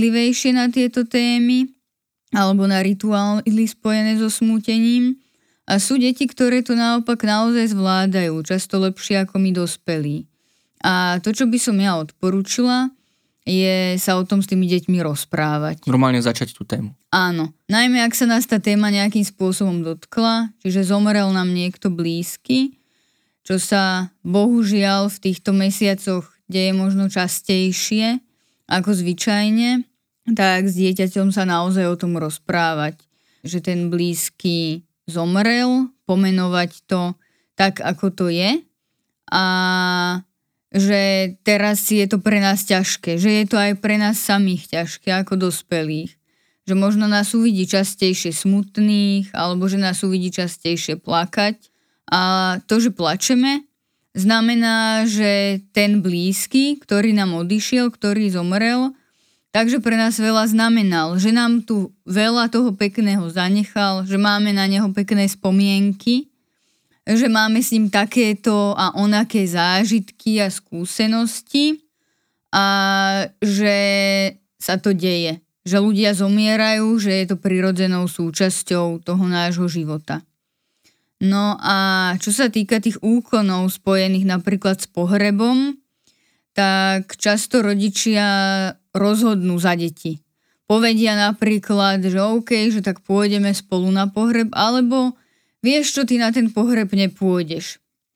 citlivejšie na tieto témy alebo na rituály spojené so smútením a A sú deti, ktoré to naopak naozaj zvládajú, často lepšie ako my dospelí. A to, čo by som ja odporúčila, je sa o tom s tými deťmi rozprávať. Normálne začať tú tému. Áno. Najmä, ak sa nás tá téma nejakým spôsobom dotkla, čiže zomrel nám niekto blízky, čo sa bohužiaľ v týchto mesiacoch deje možno častejšie ako zvyčajne, tak s dieťaťom sa naozaj o tom rozprávať. Že ten blízky zomrel, pomenovať to tak, ako to je a že teraz je to pre nás ťažké, že je to aj pre nás samých ťažké ako dospelých. Že možno nás uvidí častejšie smutných, alebo že nás uvidí častejšie plakať. A to, že plačeme, znamená, že ten blízky, ktorý nám odišiel, ktorý zomrel, takže pre nás veľa znamenal, že nám tu veľa toho pekného zanechal, že máme na neho pekné spomienky, že máme s ním takéto a onaké zážitky a skúsenosti a že sa to deje. Že ľudia zomierajú, že je to prirodzenou súčasťou toho nášho života. No a čo sa týka tých úkonov spojených napríklad s pohrebom, tak často rodičia rozhodnú za deti. Povedia napríklad, že OK, že tak pôjdeme spolu na pohreb, alebo vieš čo, ty na ten pohreb nepôjdeš.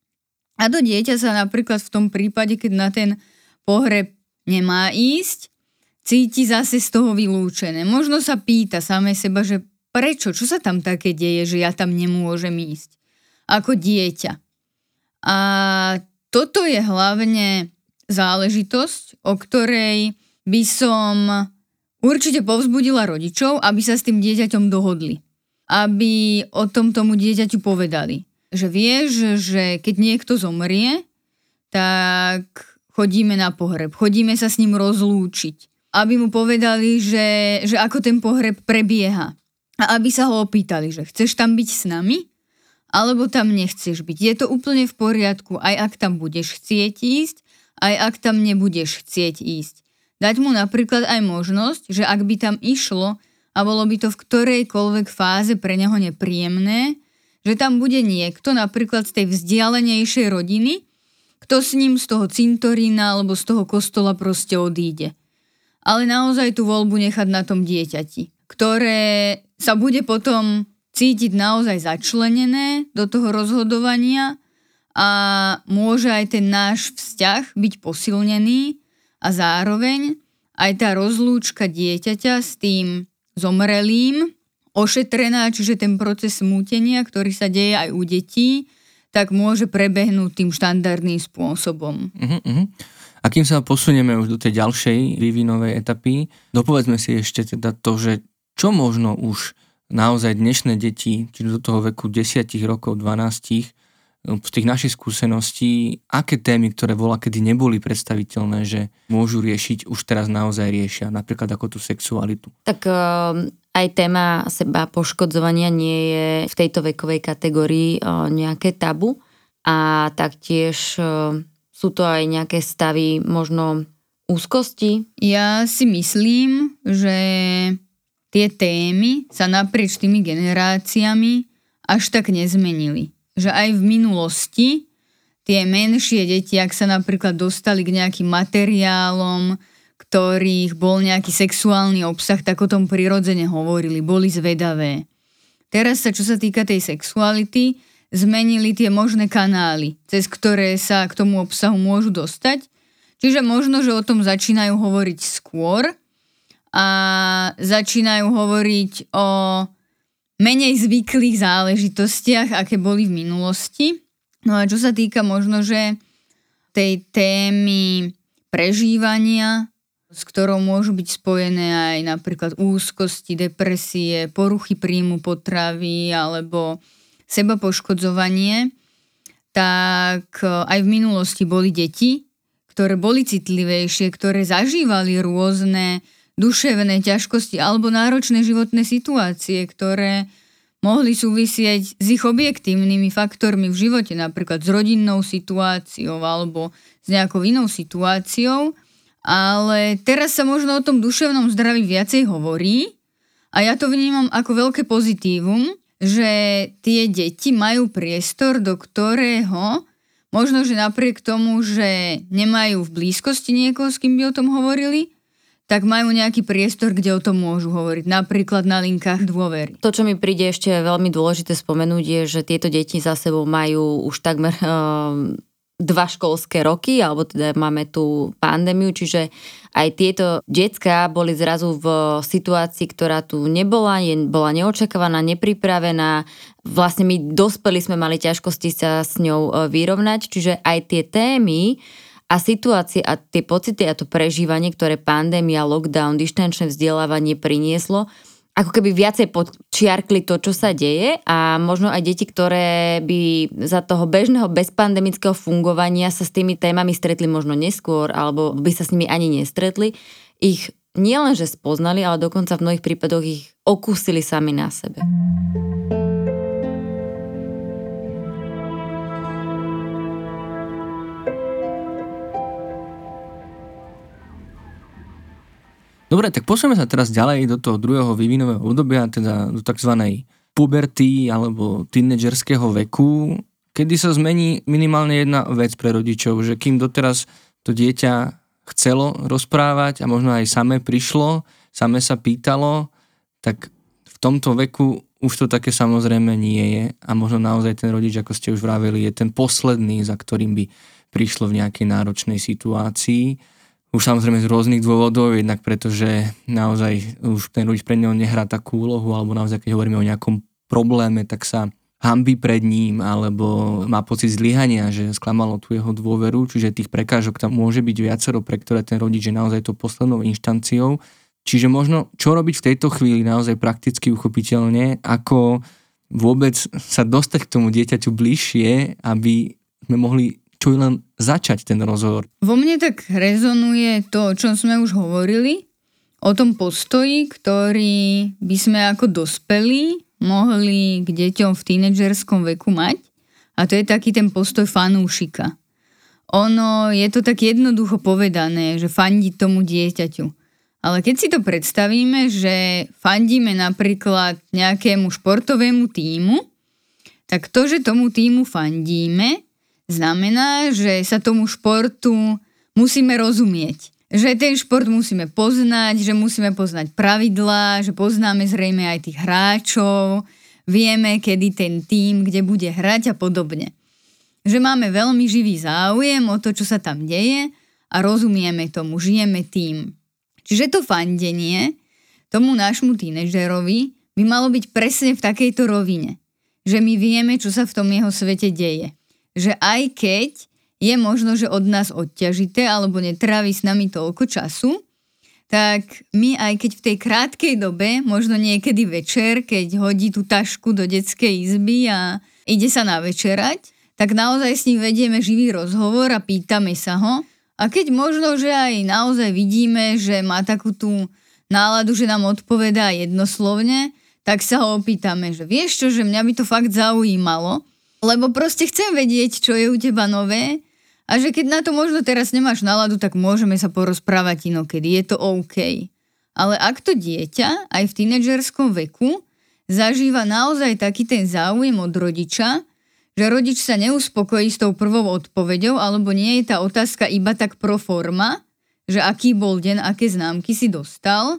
A to dieťa sa napríklad v tom prípade, keď na ten pohreb nemá ísť, cíti zase z toho vylúčené. Možno sa pýta samé seba, že prečo, čo sa tam také deje, že ja tam nemôžem ísť. Ako dieťa. A toto je hlavne záležitosť, o ktorej by som určite povzbudila rodičov, aby sa s tým dieťaťom dohodli. Aby o tom tomu dieťaťu povedali. Že vieš, že keď niekto zomrie, tak chodíme na pohreb. Chodíme sa s ním rozlúčiť. Aby mu povedali, že, že ako ten pohreb prebieha. A aby sa ho opýtali, že chceš tam byť s nami? Alebo tam nechceš byť. Je to úplne v poriadku, aj ak tam budeš chcieť ísť, aj ak tam nebudeš chcieť ísť. Dať mu napríklad aj možnosť, že ak by tam išlo a bolo by to v ktorejkoľvek fáze pre neho nepríjemné, že tam bude niekto napríklad z tej vzdialenejšej rodiny, kto s ním z toho cintorína alebo z toho kostola proste odíde. Ale naozaj tú voľbu nechať na tom dieťati, ktoré sa bude potom cítiť naozaj začlenené do toho rozhodovania a môže aj ten náš vzťah byť posilnený a zároveň aj tá rozlúčka dieťaťa s tým zomrelým ošetrená, čiže ten proces smútenia, ktorý sa deje aj u detí, tak môže prebehnúť tým štandardným spôsobom. Uh-huh, uh-huh. A kým sa posunieme už do tej ďalšej vývinovej etapy, dopovedzme si ešte teda to, že čo možno už naozaj dnešné deti, čiže do toho veku desať rokov, dvanásť, z tých našich skúseností, aké témy, ktoré bola, kedy neboli predstaviteľné, že môžu riešiť, už teraz naozaj riešia, napríklad ako tú sexualitu. Tak aj téma seba poškodzovania nie je v tejto vekovej kategórii nejaké tabu a taktiež sú to aj nejaké stavy možno úzkosti. Ja si myslím, že tie témy sa naprieč tými generáciami až tak nezmenili. Že aj v minulosti tie menšie deti, ak sa napríklad dostali k nejakým materiálom, ktorých bol nejaký sexuálny obsah, tak o tom prirodzene hovorili, boli zvedavé. Teraz sa, čo sa týka tej sexuality, zmenili tie možné kanály, cez ktoré sa k tomu obsahu môžu dostať. Čiže možno, že o tom začínajú hovoriť skôr a začínajú hovoriť o menej zvyklých záležitostiach, aké boli v minulosti. No a čo sa týka možno, že tej témy prežívania, s ktorou môžu byť spojené aj napríklad úzkosti, depresie, poruchy príjmu potravy alebo sebapoškodzovanie, tak aj v minulosti boli deti, ktoré boli citlivejšie, ktoré zažívali rôzne duševné ťažkosti alebo náročné životné situácie, ktoré mohli súvisieť s ich objektívnymi faktormi v živote, napríklad s rodinnou situáciou alebo s nejakou inou situáciou. Ale teraz sa možno o tom duševnom zdraví viacej hovorí a ja to vnímam ako veľké pozitívum, že tie deti majú priestor, do ktorého možno, že napriek tomu, že nemajú v blízkosti niekoho, s kým by o tom hovorili, tak majú nejaký priestor, kde o tom môžu hovoriť. Napríklad na linkách dôvery. To, čo mi príde ešte veľmi dôležité spomenúť, je, že tieto deti za sebou majú už takmer um, dva školské roky, alebo teda máme tú pandémiu, čiže aj tieto decká boli zrazu v situácii, ktorá tu nebola, je, bola neočakávaná, nepripravená. Vlastne my dospelí sme mali ťažkosti sa s ňou vyrovnať, čiže aj tie témy a situácie a tie pocity a to prežívanie, ktoré pandémia, lockdown, dištančné vzdelávanie prinieslo, ako keby viacej podčiarkli to, čo sa deje a možno aj deti, ktoré by za toho bežného bezpandemického fungovania sa s tými témami stretli možno neskôr alebo by sa s nimi ani nestretli, ich nielenže spoznali, ale dokonca v mnohých prípadoch ich okúsili sami na sebe. Dobre, tak posúme sa teraz ďalej do toho druhého vývinového obdobia, teda do takzvanej puberty alebo tínedžerského veku, kedy sa zmení minimálne jedna vec pre rodičov, že kým doteraz to dieťa chcelo rozprávať a možno aj samé prišlo, samé sa pýtalo, tak v tomto veku už to také samozrejme nie je a možno naozaj ten rodič, ako ste už vraveli, je ten posledný, za ktorým by prišlo v nejakej náročnej situácii. Už samozrejme z rôznych dôvodov, jednak pretože naozaj už ten rodič pre neho nehrá takú úlohu, alebo naozaj keď hovoríme o nejakom probléme, tak sa hanbí pred ním, alebo má pocit zlyhania, že sklamalo tú jeho dôveru, čiže tých prekážok tam môže byť viacero, pre ktoré ten rodič je naozaj to poslednou inštanciou. Čiže možno, čo robiť v tejto chvíli naozaj prakticky uchopiteľne, ako vôbec sa dostať k tomu dieťaťu bližšie, aby sme mohli čo len začať ten rozhovor. Vo mne tak rezonuje to, o čom sme už hovorili, o tom postoji, ktorý by sme ako dospelí mohli k deťom v tínedžerskom veku mať. A to je taký ten postoj fanúšika. Ono je to tak jednoducho povedané, že fandí tomu dieťaťu. Ale keď si to predstavíme, že fandíme napríklad nejakému športovému tímu, tak to, že tomu tímu fandíme, znamená, že sa tomu športu musíme rozumieť. Že ten šport musíme poznať, že musíme poznať pravidlá, že poznáme zrejme aj tých hráčov, vieme, kedy ten tím, kde bude hrať a podobne. Že máme veľmi živý záujem o to, čo sa tam deje a rozumieme tomu, žijeme tým. Čiže to fandenie tomu nášmu tínedžerovi by malo byť presne v takejto rovine. Že my vieme, čo sa v tom jeho svete deje. Že aj keď je možno, že od nás odťažité alebo netrávi s nami toľko času, tak my aj keď v tej krátkej dobe, možno niekedy večer, keď hodí tú tašku do detskej izby a ide sa navečerať, tak naozaj s ním vedieme živý rozhovor a pýtame sa ho. A keď možno, že aj naozaj vidíme, že má takú tú náladu, že nám odpovedá jednoslovne, tak sa ho opýtame, že vieš čo, že mňa by to fakt zaujímalo, lebo proste chcem vedieť, čo je u teba nové a že keď na to možno teraz nemáš náladu, tak môžeme sa porozprávať inokedy, je to OK. Ale ak to dieťa aj v tínedžerskom veku zažíva naozaj taký ten záujem od rodiča, že rodič sa neuspokojí s tou prvou odpoveďou, alebo nie je tá otázka iba tak pro forma, že aký bol deň, aké známky si dostal,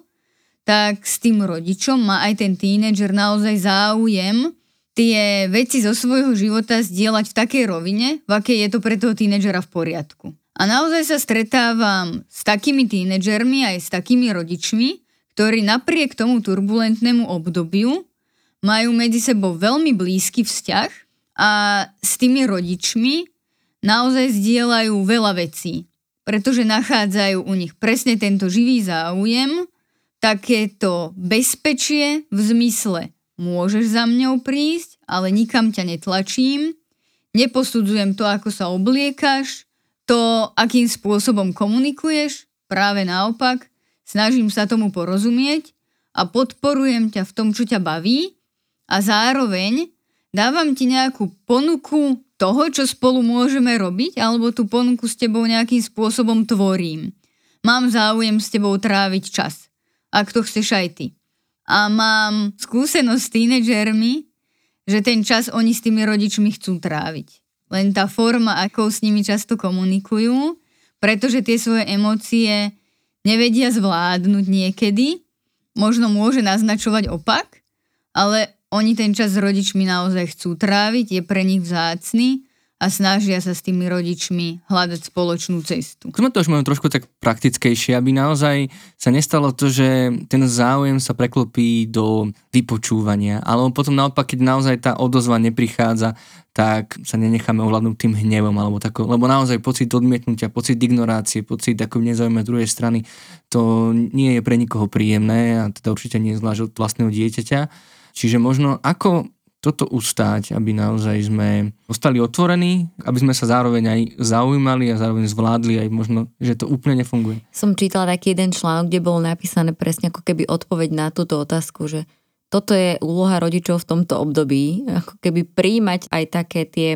tak s tým rodičom má aj ten tínedžer naozaj záujem tie veci zo svojho života zdieľať v takej rovine, v akej je to pre toho tínedžera v poriadku. A naozaj sa stretávam s takými tínedžermi aj s takými rodičmi, ktorí napriek tomu turbulentnému obdobiu majú medzi sebou veľmi blízky vzťah a s tými rodičmi naozaj zdieľajú veľa vecí, pretože nachádzajú u nich presne tento živý záujem, takéto bezpečie v zmysle môžeš za mňou prísť, ale nikam ťa netlačím, neposudzujem to, ako sa obliekaš, to, akým spôsobom komunikuješ, práve naopak, snažím sa tomu porozumieť a podporujem ťa v tom, čo ťa baví a zároveň dávam ti nejakú ponuku toho, čo spolu môžeme robiť, alebo tú ponuku s tebou nejakým spôsobom tvorím. Mám záujem s tebou tráviť čas, ak to chceš aj ty. A mám skúsenosť s tínedžermi, že ten čas oni s tými rodičmi chcú tráviť. Len tá forma, ako s nimi často komunikujú, pretože tie svoje emócie nevedia zvládnuť niekedy, možno môže naznačovať opak, ale oni ten čas s rodičmi naozaj chcú tráviť, je pre nich vzácny a snažia sa s tými rodičmi hľadať spoločnú cestu. Skúsme to už možno trošku tak praktickejšie, aby naozaj sa nestalo to, že ten záujem sa preklopí do vypočúvania, alebo potom naopak, keď naozaj tá odozva neprichádza, tak sa nenecháme ovládnuť tým hnevom, alebo tako, lebo naozaj pocit odmietnutia, pocit ignorácie, pocit ako nezáujme druhej strany, to nie je pre nikoho príjemné a teda určite nie je zvlášť od vlastného dieťaťa. Čiže možno ako toto ustáť, aby naozaj sme ostali otvorení, aby sme sa zároveň aj zaujímali a zároveň zvládli aj možno, že to úplne nefunguje. Som čítala taký jeden článok, kde bolo napísané presne ako keby odpoveď na túto otázku, že toto je úloha rodičov v tomto období, ako keby prijímať aj také tie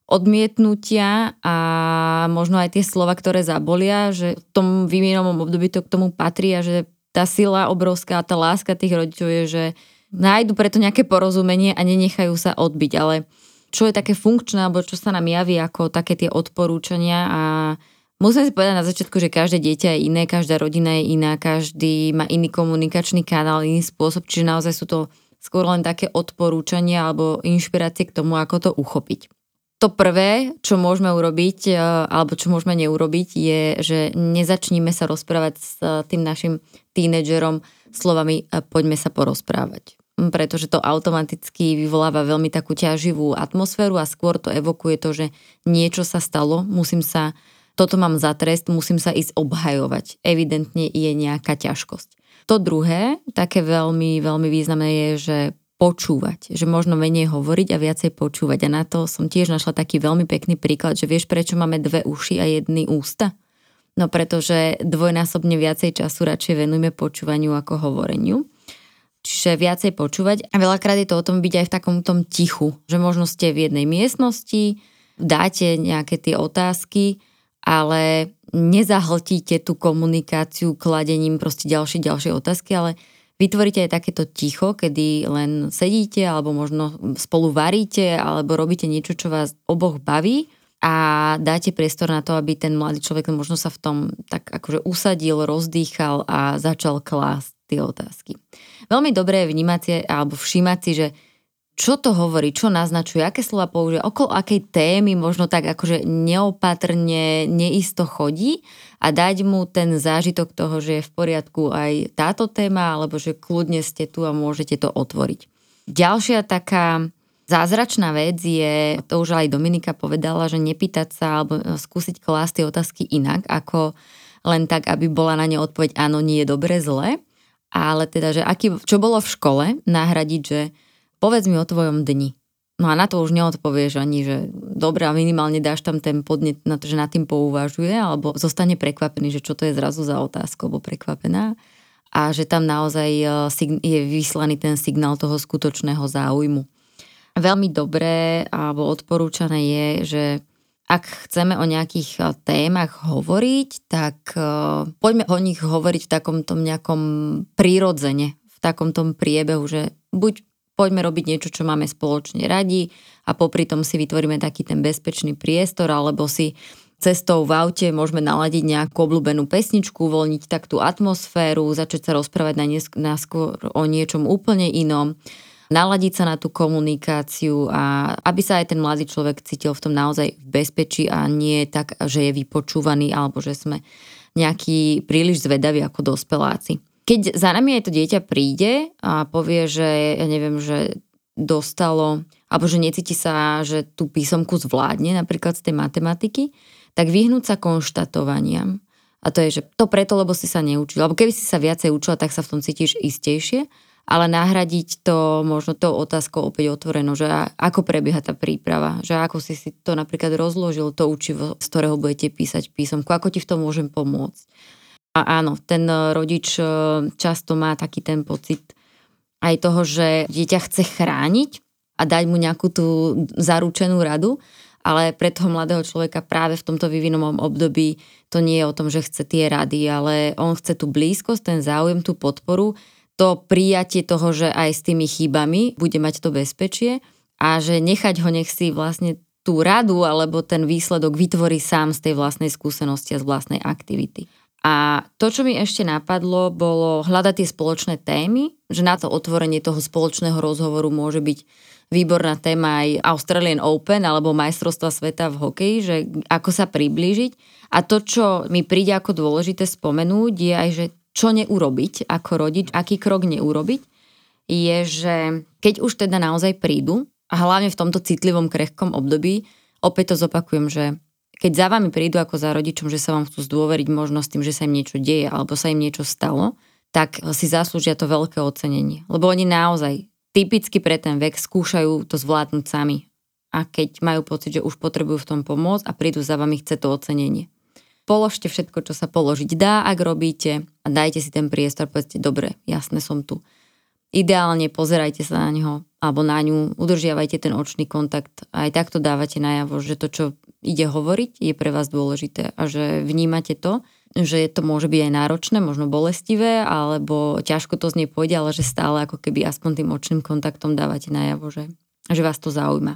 odmietnutia a možno aj tie slova, ktoré zabolia, že v tom vývinovom období to k tomu patrí a že tá sila obrovská, tá láska tých rodičov je, že nájdu preto nejaké porozumenie a nenechajú sa odbiť, ale čo je také funkčné, alebo čo sa nám javí ako také tie odporúčania a musím si povedať na začiatku, že každé dieťa je iné, každá rodina je iná, každý má iný komunikačný kanál, iný spôsob, čiže naozaj sú to skôr len také odporúčania alebo inšpirácie k tomu, ako to uchopiť. To prvé, čo môžeme urobiť, alebo čo môžeme neurobiť, je, že nezačníme sa rozprávať s tým našim tínedžerom slovami poďme sa porozprávať. Pretože to automaticky vyvoláva veľmi takú ťaživú atmosféru a skôr to evokuje to, že niečo sa stalo, musím sa, toto mám za trest, musím sa ísť obhajovať. Evidentne je nejaká ťažkosť. To druhé, také veľmi, veľmi významné je, že počúvať, že možno menej hovoriť a viacej počúvať. A na to som tiež našla taký veľmi pekný príklad, že vieš, prečo máme dve uši a jedny ústa? No pretože dvojnásobne viacej času radšej venujeme počúvaniu ako hovoreniu. Čiže viacej počúvať a veľakrát je to o tom byť aj v takom tom tichu, že možno ste v jednej miestnosti, dáte nejaké tie otázky, ale nezahltíte tú komunikáciu kladením proste ďalšie, ďalšie otázky, ale vytvoríte aj takéto ticho, kedy len sedíte alebo možno spolu varíte alebo robíte niečo, čo vás oboch baví a dáte priestor na to, aby ten mladý človek možno sa v tom tak akože usadil, rozdýchal a začal klásť tie otázky. Veľmi dobré je vnímať si alebo všímať si, že čo to hovorí, čo naznačuje, aké slova použije, okolo akej témy možno tak akože neopatrne, neisto chodí a dať mu ten zážitok toho, že je v poriadku aj táto téma, alebo že kľudne ste tu a môžete to otvoriť. Ďalšia taká zázračná vec je, to už aj Dominika povedala, že nepýtať sa alebo skúsiť klásť tie otázky inak, ako len tak, aby bola na ne odpoveď áno, nie, dobre, zle, ale teda, že aký, čo bolo v škole, nahradiť, že povedz mi o tvojom dni. No a na to už neodpovieš ani, že dobre, a minimálne dáš tam ten podnet na to, že nad tým pouvažuje, alebo zostane prekvapený, že čo to je zrazu za otázku, alebo prekvapená. A že tam naozaj je vyslaný ten signál toho skutočného záujmu. Veľmi dobré alebo odporúčané je, že ak chceme o nejakých témach hovoriť, tak poďme o nich hovoriť v takom tom nejakom prirodzene, v takom tom priebehu, že buď poďme robiť niečo, čo máme spoločne radi a popri tom si vytvoríme taký ten bezpečný priestor, alebo si cestou v aute môžeme naladiť nejakú obľúbenú pesničku, uvoľniť tak tú atmosféru, začať sa rozprávať na nesk- naskôr o niečom úplne inom, naladiť sa na tú komunikáciu a aby sa aj ten mladý človek cítil v tom naozaj v bezpečí a nie tak, že je vypočúvaný alebo že sme nejaký príliš zvedaví ako dospeláci. Keď za nami aj to dieťa príde a povie, že ja neviem, že dostalo, alebo že necíti sa, že tú písomku zvládne, napríklad z tej matematiky, tak vyhnúť sa konštatovaniam. A to je, že to preto, lebo si sa neučil. Alebo keby si sa viacej učila, tak sa v tom cítiš istejšie, ale nahradiť to možno tou otázkou opäť otvoreno, že ako prebieha tá príprava, že ako si si to napríklad rozložil, to učivo, z ktorého budete písať písomku, ako ti v tom môžem pomôcť. A áno, ten rodič často má taký ten pocit aj toho, že dieťa chce chrániť a dať mu nejakú tú zaručenú radu, ale pre toho mladého človeka práve v tomto vývinovom období to nie je o tom, že chce tie rady, ale on chce tú blízkosť, ten záujem, tú podporu, to prijatie toho, že aj s tými chybami bude mať to bezpečie a že nechať ho, nech si vlastne tú radu alebo ten výsledok vytvorí sám z tej vlastnej skúsenosti a z vlastnej aktivity. A to, čo mi ešte napadlo, bolo hľadať tie spoločné témy, že na to otvorenie toho spoločného rozhovoru môže byť výborná téma aj Australian Open alebo majstrovstva sveta v hokeji, že ako sa priblížiť. A to, čo mi príde ako dôležité spomenúť, je aj, že čo neurobiť ako rodič, aký krok neurobiť, je, že keď už teda naozaj prídu, a hlavne v tomto citlivom, krehkom období, opäť to zopakujem, že keď za vami prídu ako za rodičom, že sa vám chcú zdôveriť možno s tým, že sa im niečo deje alebo sa im niečo stalo, tak si zaslúžia to veľké ocenenie. Lebo oni naozaj typicky pre ten vek skúšajú to zvládnuť sami. A keď majú pocit, že už potrebujú v tom pomôcť a prídu za vami, chce to ocenenie. Položte všetko, čo sa položiť dá, ak robíte, a dajte si ten priestor, povedzte, dobre, jasne, som tu. Ideálne pozerajte sa na ňo alebo na ňu, udržiavajte ten očný kontakt a aj takto dávate najavo, že to, čo ide hovoriť, je pre vás dôležité a že vnímate to, že to môže byť aj náročné, možno bolestivé, alebo ťažko to z nej pôjde, ale že stále ako keby aspoň tým očným kontaktom dávate najavo, že, že vás to zaujíma.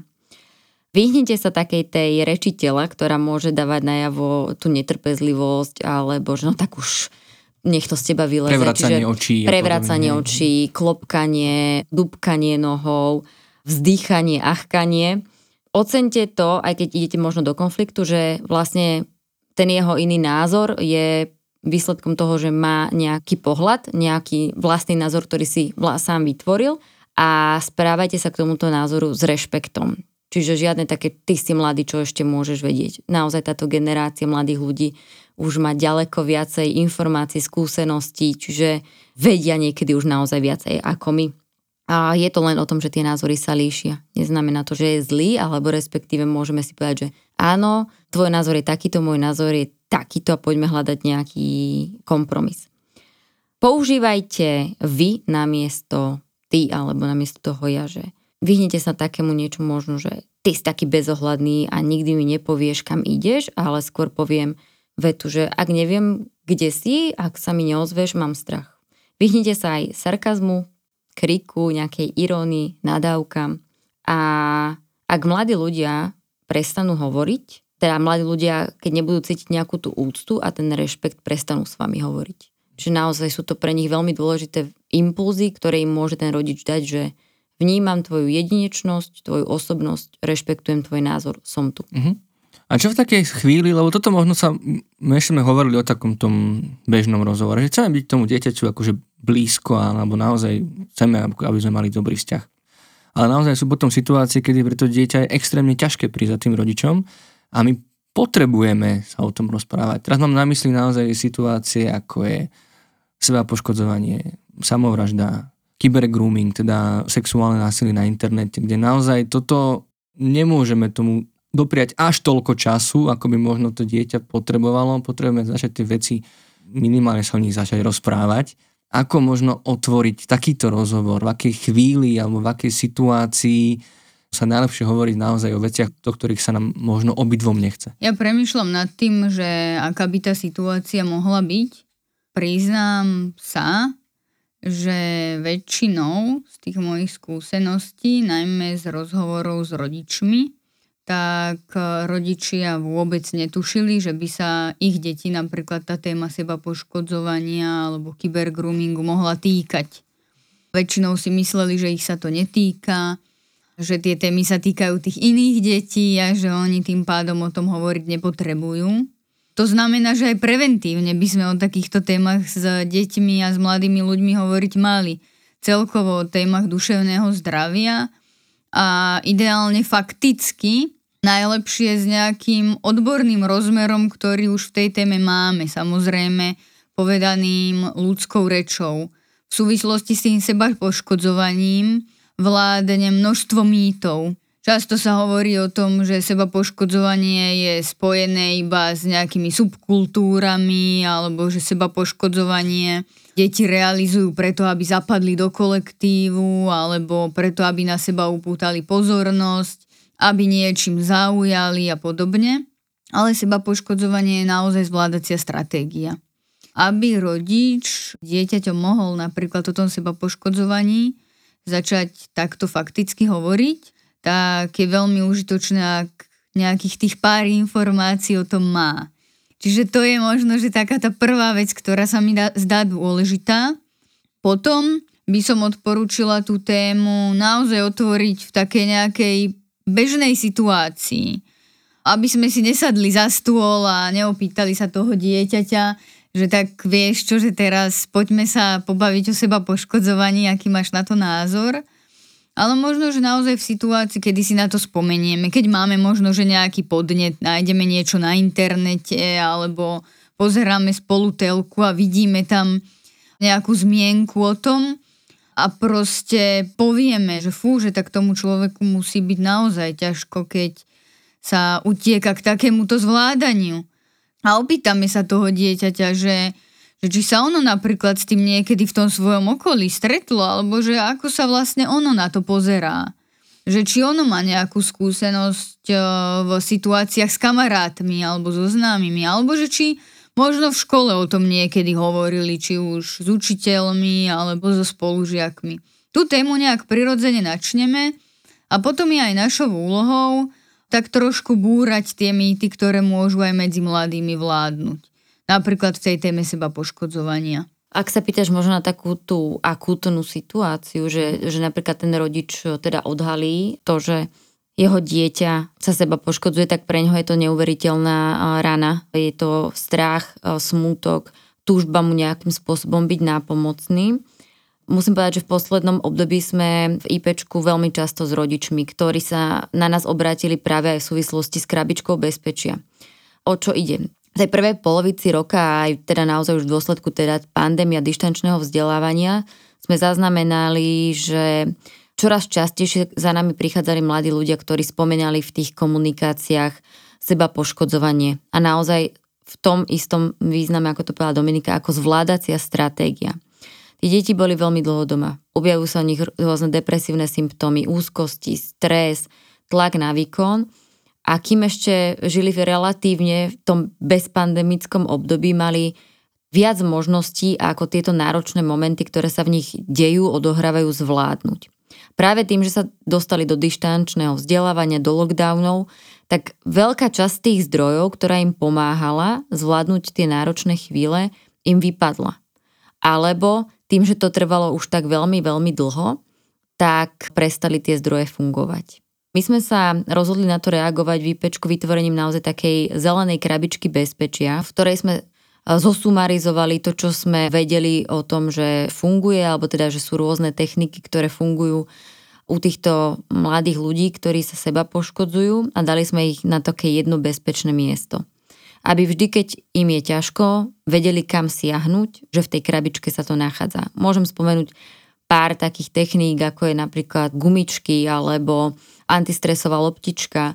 Vyhnite sa takej tej reči tela, ktorá môže dávať najavo tú netrpezlivosť, alebo že no tak už nech to z teba vyleze. Prevracanie očí. Prevracanie očí, klopkanie, dúbkanie nohou, vzdýchanie, achkanie. Oceňte to, aj keď idete možno do konfliktu, že vlastne ten jeho iný názor je výsledkom toho, že má nejaký pohľad, nejaký vlastný názor, ktorý si sám vytvoril a správajte sa k tomuto názoru s rešpektom. Čiže žiadne také, ty si mladý, čo ešte môžeš vedieť. Naozaj táto generácia mladých ľudí už má ďaleko viacej informácií, skúseností, čiže vedia niekedy už naozaj viacej ako my. A je to len o tom, že tie názory sa líšia. Neznamená to, že je zlý, alebo respektíve môžeme si povedať, že áno, tvoj názor je takýto, môj názor je takýto a poďme hľadať nejaký kompromis. Používajte vy namiesto ty, alebo namiesto toho ja, že vyhnite sa takému niečo možno, že ty si taký bezohľadný a nikdy mi nepovieš, kam ideš, ale skôr poviem vetu, že ak neviem, kde si, ak sa mi neozveš, mám strach. Vyhnite sa aj sarkazmu, kriku, nejakej irónii, nadávkam. A ak mladí ľudia prestanú hovoriť, teda mladí ľudia, keď nebudú cítiť nejakú tú úctu a ten rešpekt, prestanú s vami hovoriť. Čiže naozaj sú to pre nich veľmi dôležité impulzy, ktoré im môže ten rodič dať, že vnímam tvoju jedinečnosť, tvoju osobnosť, rešpektujem tvoj názor, som tu. Uh-huh. A čo v takej chvíli, lebo toto možno sa, my ešte sme hovorili o takom tom bežnom rozhovore, že chceme byť tomu dieťaťu akože blízko, alebo naozaj chceme, aby sme mali dobrý vzťah. Ale naozaj sú potom situácie, kedy pre to dieťa je extrémne ťažké prísť za tým rodičom a my potrebujeme sa o tom rozprávať. Teraz mám na mysli naozaj situácie, ako je sebapoškodzovanie, samovražda, kybergrooming, teda sexuálne násilie na internete, kde naozaj toto nemôžeme tomu dopriať až toľko času, ako by možno to dieťa potrebovalo. Potrebujeme začať tie veci, minimálne sa o nich začať rozprávať. Ako možno otvoriť takýto rozhovor, v akej chvíli alebo v akej situácii sa najlepšie hovoriť naozaj o veciach, do ktorých sa nám možno obidvom nechce. Ja premýšľam nad tým, že aká by tá situácia mohla byť. Priznám sa, že väčšinou z tých mojich skúseností, najmä z rozhovorov s rodičmi, tak rodičia vôbec netušili, že by sa ich deti napríklad tá téma seba poškodzovania alebo kybergroomingu mohla týkať. Väčšinou si mysleli, že ich sa to netýka, že tie témy sa týkajú tých iných detí a že oni tým pádom o tom hovoriť nepotrebujú. To znamená, že aj preventívne by sme o takýchto témach s deťmi a s mladými ľuďmi hovoriť mali. Celkovo o témach duševného zdravia a ideálne fakticky, najlepšie s nejakým odborným rozmerom, ktorý už v tej téme máme, samozrejme povedaným ľudskou rečou. V súvislosti s tým seba poškodzovaním vládne množstvo mýtov. Často sa hovorí o tom, že seba poškodzovanie je spojené iba s nejakými subkultúrami alebo že seba poškodzovanie deti realizujú preto, aby zapadli do kolektívu alebo preto, aby na seba upútali pozornosť, aby niečím zaujali a podobne. Ale seba poškodzovanie je naozaj zvládacia stratégia. Aby rodič dieťaťom mohol napríklad o tom seba poškodzovaní začať takto fakticky hovoriť, tak je veľmi užitočné, ak nejakých tých pár informácií o tom má. Čiže to je možno, že taká tá prvá vec, ktorá sa mi dá, zdá dôležitá. Potom by som odporúčila tú tému naozaj otvoriť v takej nejakej bežnej situácii. Aby sme si nesadli za stôl a neopýtali sa toho dieťaťa, že tak vieš čo, že teraz poďme sa pobaviť o seba poškodzovaní, aký máš na to názor. Ale možno, že naozaj v situácii, kedy si na to spomenieme, keď máme možno, že nejaký podnet, nájdeme niečo na internete alebo pozeráme spolu telku a vidíme tam nejakú zmienku o tom a proste povieme, že fú, že tak tomu človeku musí byť naozaj ťažko, keď sa utieka k takémuto zvládaniu. A opýtame sa toho dieťaťa, že že či sa ono napríklad s tým niekedy v tom svojom okolí stretlo, alebo že ako sa vlastne ono na to pozerá. Že či ono má nejakú skúsenosť v situáciách s kamarátmi alebo so známymi, alebo že či možno v škole o tom niekedy hovorili, či už s učiteľmi alebo so spolužiakmi. Tú tému nejak prirodzene načneme a potom je aj našou úlohou tak trošku búrať tie mýty, ktoré môžu aj medzi mladými vládnuť. Napríklad v tej téme seba poškodzovania. Ak sa pýtaš možno na takú tú akútnu situáciu, že, že napríklad ten rodič teda odhalí to, že jeho dieťa sa seba poškodzuje, tak pre ňoho je to neuveriteľná rana. Je to strach, smútok, túžba mu nejakým spôsobom byť nápomocný. Musím povedať, že v poslednom období sme v IPčku veľmi často s rodičmi, ktorí sa na nás obrátili práve aj v súvislosti s krabičkou bezpečia. O čo ide? V tej prvej polovici roka, aj teda naozaj už v dôsledku teda pandémia dištančného vzdelávania, sme zaznamenali, že čoraz častejšie za nami prichádzali mladí ľudia, ktorí spomenali v tých komunikáciách seba poškodzovanie. A naozaj v tom istom význame, ako to povedala Dominika, ako zvládacia stratégia. Tí deti boli veľmi dlho doma. Objavujú sa u nich rôzne depresívne symptómy, úzkosti, stres, tlak na výkon. A kým ešte žili v relatívne v tom bezpandemickom období, mali viac možností, ako tieto náročné momenty, ktoré sa v nich dejú, odohrávajú, zvládnuť. Práve tým, že sa dostali do dištančného vzdelávania, do lockdownov, tak veľká časť tých zdrojov, ktorá im pomáhala zvládnuť tie náročné chvíle, im vypadla. Alebo tým, že to trvalo už tak veľmi, veľmi dlho, tak prestali tie zdroje fungovať. My sme sa rozhodli na to reagovať v IPčku vytvorením naozaj takej zelenej krabičky bezpečia, v ktorej sme zosumarizovali to, čo sme vedeli o tom, že funguje, alebo teda, že sú rôzne techniky, ktoré fungujú u týchto mladých ľudí, ktorí sa seba poškodzujú a dali sme ich na také jedno bezpečné miesto. Aby vždy, keď im je ťažko, vedeli kam siahnuť, že v tej krabičke sa to nachádza. Môžem spomenúť pár takých techník, ako je napríklad gumičky, alebo antistresová loptička,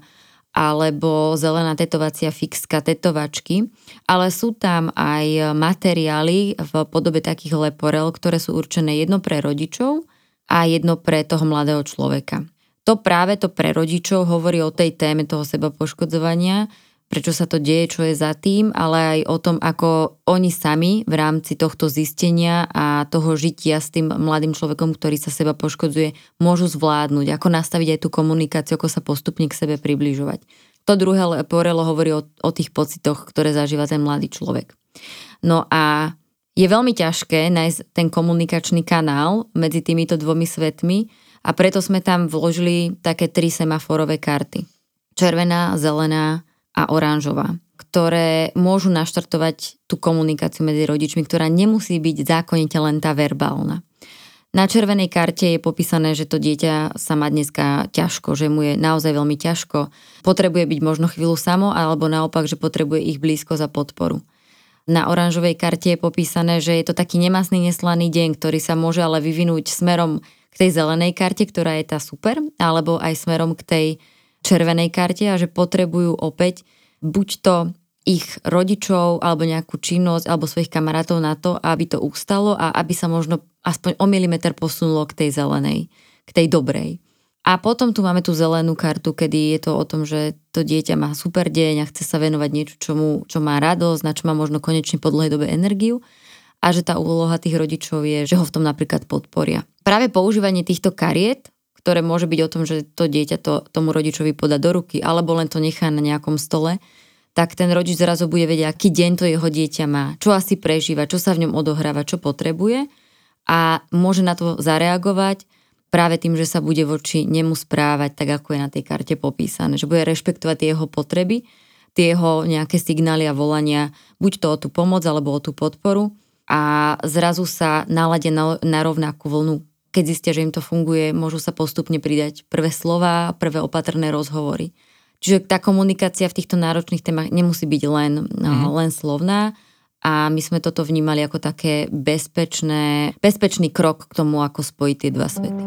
alebo zelená tetovacia fixka, tetovačky, ale sú tam aj materiály v podobe takých leporel, ktoré sú určené jedno pre rodičov a jedno pre toho mladého človeka. To práve to pre rodičov hovorí o tej téme toho seba poškodzovania, prečo sa to deje, čo je za tým, ale aj o tom, ako oni sami v rámci tohto zistenia a toho žitia s tým mladým človekom, ktorý sa seba poškodzuje, môžu zvládnuť, ako nastaviť aj tú komunikáciu, ako sa postupne k sebe približovať. To druhé leporelo hovorí o, o tých pocitoch, ktoré zažíva ten mladý človek. No a je veľmi ťažké nájsť ten komunikačný kanál medzi týmito dvomi svetmi a preto sme tam vložili také tri semaforové karty. Červená, zelená a oranžová, ktoré môžu naštartovať tú komunikáciu medzi rodičmi, ktorá nemusí byť zákonite len tá verbálna. Na červenej karte je popísané, že to dieťa sa má dneska ťažko, že mu je naozaj veľmi ťažko. Potrebuje byť možno chvíľu samo, alebo naopak, že potrebuje ich blízkosť a podporu. Na oranžovej karte je popísané, že je to taký nemastný, neslaný deň, ktorý sa môže ale vyvinúť smerom k tej zelenej karte, ktorá je tá super, alebo aj smerom k tej červenej karte a že potrebujú opäť buď to ich rodičov alebo nejakú činnosť alebo svojich kamarátov na to, aby to ustalo a aby sa možno aspoň o milimeter posunulo k tej zelenej, k tej dobrej. A potom tu máme tú zelenú kartu, kedy je to o tom, že to dieťa má super deň a chce sa venovať niečo, čomu, čo má radosť, na čo má možno konečne po dlhej dobe energiu a že tá úloha tých rodičov je, že ho v tom napríklad podporia. Práve používanie týchto kariet, ktoré môže byť o tom, že to dieťa to tomu rodičovi podá do ruky, alebo len to nechá na nejakom stole, tak ten rodič zrazu bude vedieť, aký deň to jeho dieťa má, čo asi prežíva, čo sa v ňom odohráva, čo potrebuje a môže na to zareagovať práve tým, že sa bude voči nemu správať tak, ako je na tej karte popísané, že bude rešpektovať tie jeho potreby, tie jeho nejaké signály a volania, buď to o tú pomoc, alebo o tú podporu a zrazu sa naladia na, na rovnakú vlnu. Keď zistia, že im to funguje, môžu sa postupne pridať prvé slová, prvé opatrné rozhovory. Čiže tá komunikácia v týchto náročných témach nemusí byť len, mm-hmm. len slovná a my sme toto vnímali ako také bezpečné, bezpečný krok k tomu, ako spojiť tie dva svety.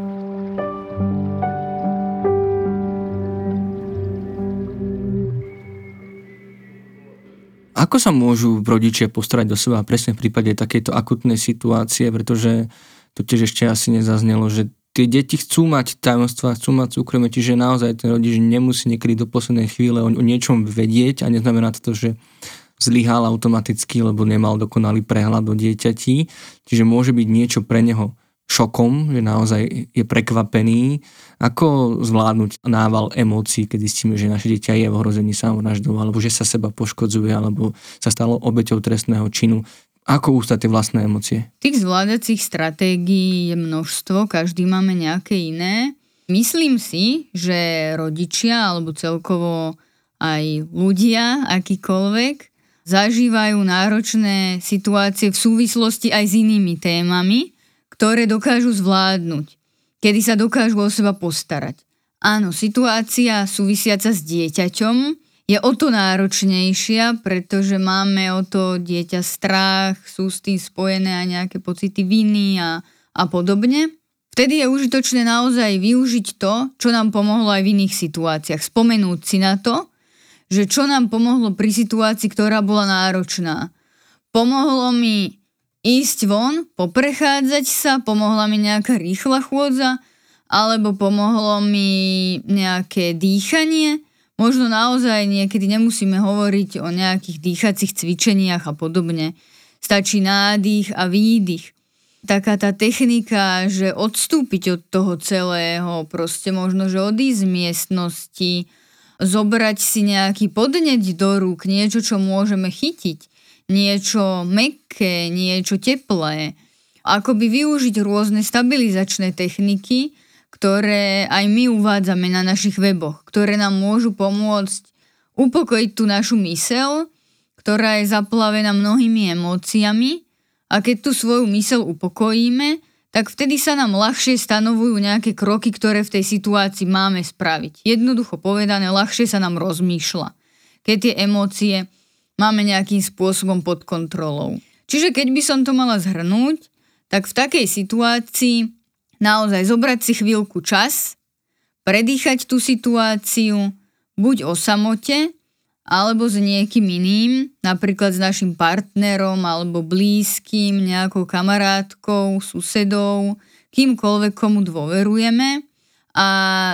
Ako sa môžu rodičia postarať o seba presne v prípade takejto akutnej situácie, pretože to tiež ešte asi nezaznelo, že tie deti chcú mať tajomstvá, chcú mať súkromie, čiže naozaj ten rodič nemusí niekedy do poslednej chvíle o, o niečom vedieť a neznamená to, že zlyhal automaticky, lebo nemal dokonalý prehľad o dieťati. Čiže môže byť niečo pre neho šokom, že naozaj je prekvapený. Ako zvládnuť nával emócií, keď zistíme, že naše dieťa je v ohrození samovraždou, alebo že sa seba poškodzuje, alebo sa stalo obeťou trestného činu. Ako ústať tie vlastné emócie? Tých zvládacích stratégií je množstvo, každý máme nejaké iné. Myslím si, že rodičia alebo celkovo aj ľudia, akýkoľvek, zažívajú náročné situácie v súvislosti aj s inými témami, ktoré dokážu zvládnuť, kedy sa dokážu o seba postarať. Áno, situácia súvisiaca s dieťaťom je o to náročnejšia, pretože máme o to dieťa strach, sú s tým spojené aj nejaké pocity viny a, a podobne. Vtedy je užitočné naozaj využiť to, čo nám pomohlo aj v iných situáciách. Spomenúť si na to, že čo nám pomohlo pri situácii, ktorá bola náročná. Pomohlo mi ísť von, poprechádzať sa, pomohla mi nejaká rýchla chôdza, alebo pomohlo mi nejaké dýchanie. Možno naozaj niekedy nemusíme hovoriť o nejakých dýchacích cvičeniach a podobne. Stačí nádych a výdych. Taká tá technika, že odstúpiť od toho celého, proste možno, že odísť z miestnosti, zobrať si nejaký podneť do rúk, niečo, čo môžeme chytiť, niečo mäkké, niečo teplé. Akoby využiť rôzne stabilizačné techniky, ktoré aj my uvádzame na našich weboch, ktoré nám môžu pomôcť upokojiť tú našu myseľ, ktorá je zaplavená mnohými emóciami a keď tú svoju myseľ upokojíme, tak vtedy sa nám ľahšie stanovujú nejaké kroky, ktoré v tej situácii máme spraviť. Jednoducho povedané, ľahšie sa nám rozmýšľa, keď tie emócie máme nejakým spôsobom pod kontrolou. Čiže keď by som to mala zhrnúť, tak v takej situácii naozaj zobrať si chvíľku čas, predýchať tú situáciu, buď o samote, alebo s niekým iným, napríklad s našim partnerom, alebo blízkym, nejakou kamarátkou, susedou, kýmkoľvek, komu dôverujeme a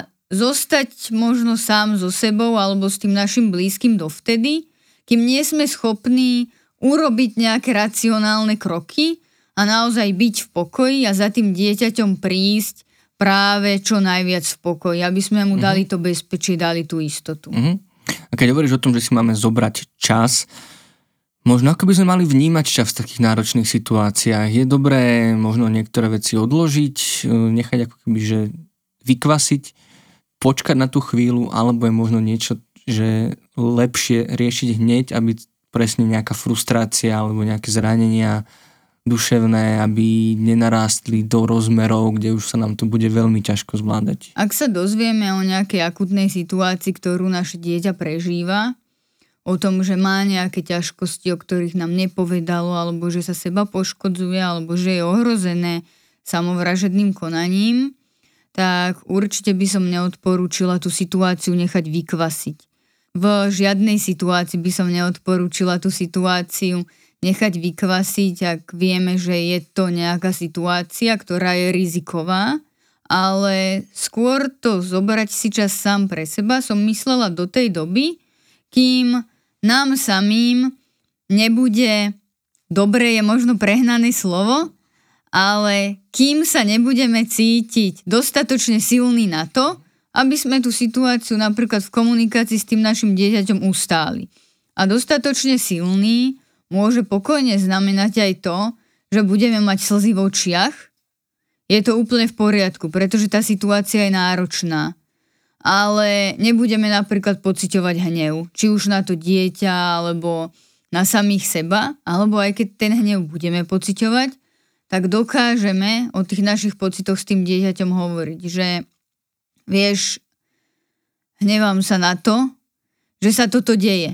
zostať možno sám so sebou alebo s tým našim blízkym dovtedy, kým nie sme schopní urobiť nejaké racionálne kroky, a naozaj byť v pokoji a za tým dieťaťom prísť práve čo najviac v pokoji, aby sme mu dali to bezpečie, dali tú istotu. Uh-huh. A keď hovoríš o tom, že si máme zobrať čas, možno ako by sme mali vnímať čas v takých náročných situáciách. Je dobré možno niektoré veci odložiť, nechať ako keby, že vykvasiť, počkať na tú chvíľu, alebo je možno niečo, že lepšie riešiť hneď, aby presne nejaká frustrácia alebo nejaké zranenia duševné, aby nenarástli do rozmerov, kde už sa nám to bude veľmi ťažko zvládať. Ak sa dozvieme o nejakej akutnej situácii, ktorú naše dieťa prežíva, o tom, že má nejaké ťažkosti, o ktorých nám nepovedalo, alebo že sa seba poškodzuje, alebo že je ohrozené samovražedným konaním, tak určite by som neodporúčila tú situáciu nechať vykvasiť. V žiadnej situácii by som neodporúčila tú situáciu nechať vykvasiť, ak vieme, že je to nejaká situácia, ktorá je riziková, ale skôr to zobrať si čas sám pre seba som myslela do tej doby, kým nám samým nebude, dobre je možno prehnané slovo, ale kým sa nebudeme cítiť dostatočne silní na to, aby sme tú situáciu napríklad v komunikácii s tým našim dieťaťom ustáli. A dostatočne silný môže pokojne znamenať aj to, že budeme mať slzy v očiach. Je to úplne v poriadku, pretože tá situácia je náročná. Ale nebudeme napríklad pociťovať hnev, či už na to dieťa, alebo na samých seba, alebo aj keď ten hnev budeme pociťovať, tak dokážeme o tých našich pocitoch s tým dieťaťom hovoriť, že vieš, hnevám sa na to, že sa toto deje,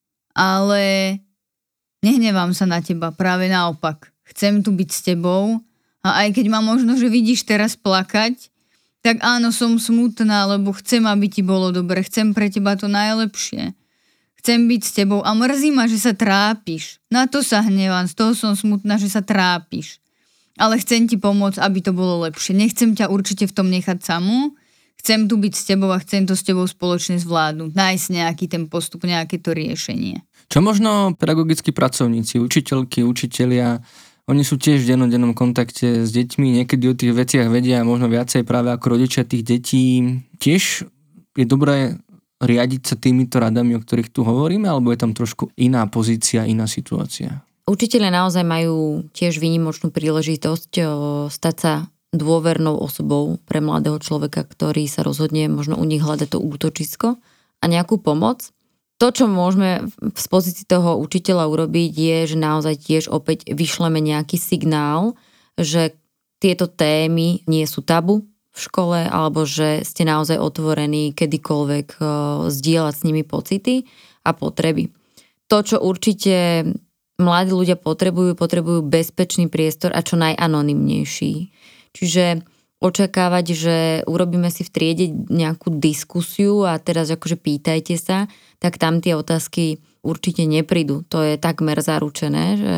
ale nehnevám sa na teba, práve naopak. Chcem tu byť s tebou a aj keď ma možno, že vidíš teraz plakať, tak áno, som smutná, lebo chcem, aby ti bolo dobre, chcem pre teba to najlepšie. Chcem byť s tebou a mrzí ma, že sa trápiš. Na to sa hnevám, z toho som smutná, že sa trápiš. Ale chcem ti pomôcť, aby to bolo lepšie. Nechcem ťa určite v tom nechať samú. Chcem tu byť s tebou a chcem to s tebou spoločne zvládnuť. Nájsť nejaký ten postup, nejaké to riešenie. Čo možno pedagogickí pracovníci, učiteľky, učitelia, oni sú tiež v dennodennom kontakte s deťmi, niekedy o tých veciach vedia možno viacej práve ako rodičia tých detí. Tiež je dobré riadiť sa týmito radami, o ktorých tu hovoríme, alebo je tam trošku iná pozícia, iná situácia? Učitelia naozaj majú tiež výnimočnú príležitosť stať sa dôvernou osobou pre mladého človeka, ktorý sa rozhodne možno u nich hľadať to útočisko a nejakú pomoc. To, čo môžeme z pozícii toho učiteľa urobiť, je, že naozaj tiež opäť vyšleme nejaký signál, že tieto témy nie sú tabu v škole, alebo že ste naozaj otvorení kedykoľvek zdieľať s nimi pocity a potreby. To, čo určite mladí ľudia potrebujú, potrebujú bezpečný priestor a čo najanonymnejší. Čiže očakávať, že urobíme si v triede nejakú diskusiu a teraz akože pýtajte sa, tak tam tie otázky určite neprídu. To je takmer zaručené. Že...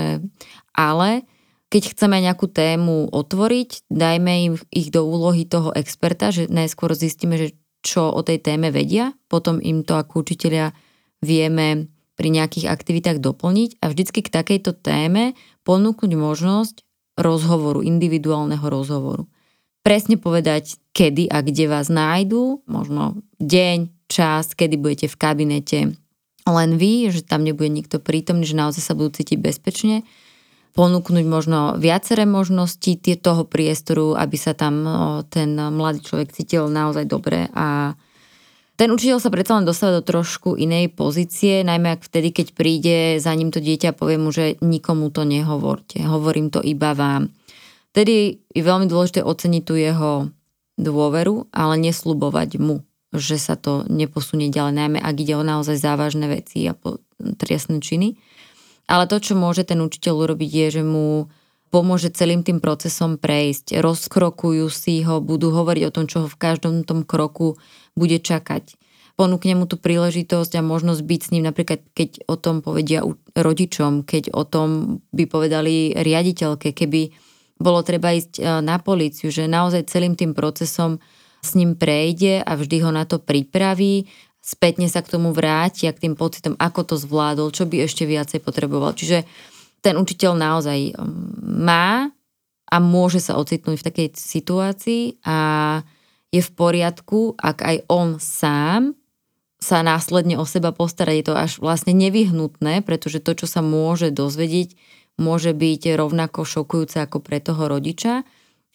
Ale keď chceme nejakú tému otvoriť, dajme im ich do úlohy toho experta, že najskôr zistíme, že čo o tej téme vedia, potom im to ako učitelia vieme pri nejakých aktivitách doplniť a vždycky k takejto téme ponúknuť možnosť rozhovoru, individuálneho rozhovoru. Presne povedať, kedy a kde vás nájdú, možno deň, čas, kedy budete v kabinete len vy, že tam nebude nikto prítomný, že naozaj sa budú cítiť bezpečne. Ponúknuť možno viaceré možnosti toho priestoru, aby sa tam ten mladý človek cítil naozaj dobre a ten učiteľ sa predsa len dostáva do trošku inej pozície, najmä ak vtedy, keď príde za ním to dieťa a povie mu, že nikomu to nehovorte, hovorím to iba vám. Vtedy je veľmi dôležité oceniť tú jeho dôveru, ale nesľubovať mu, že sa to neposunie ďalej, najmä ak ide o naozaj závažné veci a trestné činy. Ale to, čo môže ten učiteľ urobiť, je, že mu pomôže celým tým procesom prejsť. Rozkrokujú si ho, budú hovoriť o tom, čo ho v každom tom kroku bude čakať. Ponúkne mu tú príležitosť a možnosť byť s ním, napríklad keď o tom povedia rodičom, keď o tom by povedali riaditeľke, keby bolo treba ísť na políciu, že naozaj celým tým procesom s ním prejde a vždy ho na to pripraví, spätne sa k tomu vráti a k tým pocitom, ako to zvládol, čo by ešte viacej potreboval. Čiže ten učiteľ naozaj má a môže sa ocitnúť v takej situácii a je v poriadku, ak aj on sám sa následne o seba postará. Je to až vlastne nevyhnutné, pretože to, čo sa môže dozvedieť, môže byť rovnako šokujúce ako pre toho rodiča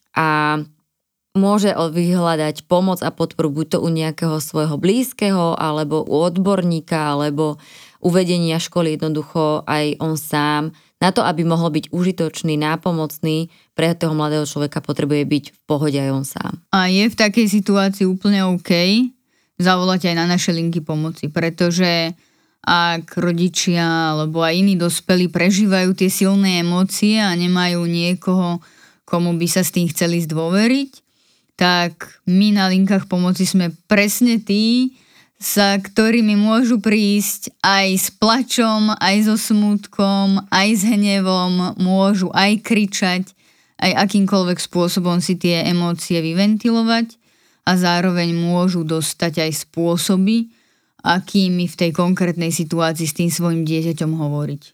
a môže vyhľadať pomoc a podporu buď to u nejakého svojho blízkeho, alebo u odborníka, alebo u vedenia školy jednoducho aj on sám. Na to, aby mohol byť užitočný, nápomocný, pre toho mladého človeka potrebuje byť v pohode aj on sám. A je v takej situácii úplne OK zavolať aj na naše linky pomoci, pretože ak rodičia alebo aj iní dospelí prežívajú tie silné emócie a nemajú niekoho, komu by sa s tým chceli zdôveriť, tak my na linkách pomoci sme presne tí, sa ktorými môžu prísť aj s plačom, aj so smútkom, aj s hnevom, môžu aj kričať, aj akýmkoľvek spôsobom si tie emócie vyventilovať a zároveň môžu dostať aj spôsoby, akými v tej konkrétnej situácii s tým svojim dieťaťom hovoriť.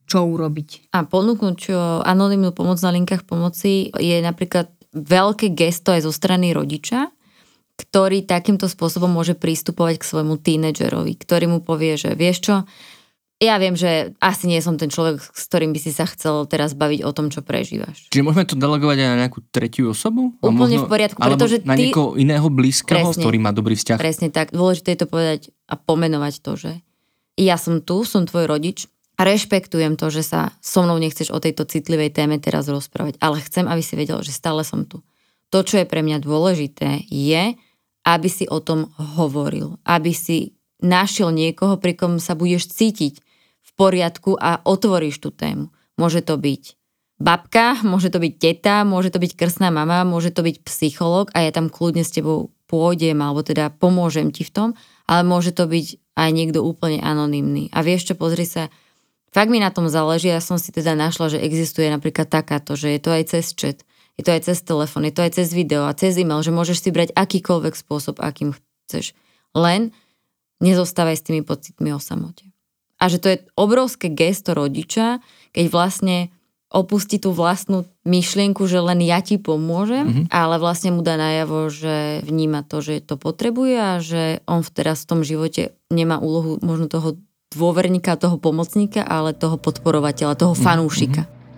čo urobiť. A ponúknuť anonymnú pomoc na linkách pomoci je napríklad veľké gesto aj zo strany rodiča, ktorý takýmto spôsobom môže pristupovať k svojmu tínedžerovi, ktorý mu povie, že vieš čo, ja viem, že asi nie som ten človek, s ktorým by si sa chcel teraz baviť o tom, čo prežívaš. Čiže môžeme to delegovať aj na nejakú tretiu osobu? Úplne možno, v poriadku, pretože ty... na niekoho iného blízkeho, presne, s ktorým má dobrý vzťah. Presne tak. Dôležité je to povedať a pomenovať to, že ja som tu, som tvoj rodič a rešpektujem to, že sa so mnou nechceš o tejto citlivej téme teraz rozprávať, ale chcem, aby si vedel, že stále som tu. To, čo je pre mňa dôležité, je, aby si o tom hovoril, aby si našiel niekoho, pri kom sa budeš cítiť v poriadku a otvoríš tú tému. Môže to byť babka, môže to byť teta, môže to byť krstná mama, môže to byť psychológ a ja tam kľudne s tebou pôjdem, alebo teda pomôžem ti v tom, ale môže to byť aj niekto úplne anonymný. A vieš čo, pozri sa, fakt mi na tom záleží, ja som si teda našla, že existuje napríklad takáto, že je to aj cez chat, je to aj cez telefón, je to aj cez video a cez e-mail, že môžeš si brať akýkoľvek spôsob, akým chceš. Len nezostávaj s tými pocitmi o samote. A že to je obrovské gesto rodiča, keď vlastne opustí tú vlastnú myšlienku, že len ja ti pomôžem, mm-hmm. ale vlastne mu dá najavo, že vníma to, že to potrebuje a že on teraz v tom živote nemá úlohu možno toho dôverníka, toho pomocníka, ale toho podporovateľa, toho fanúšika. Mm-hmm.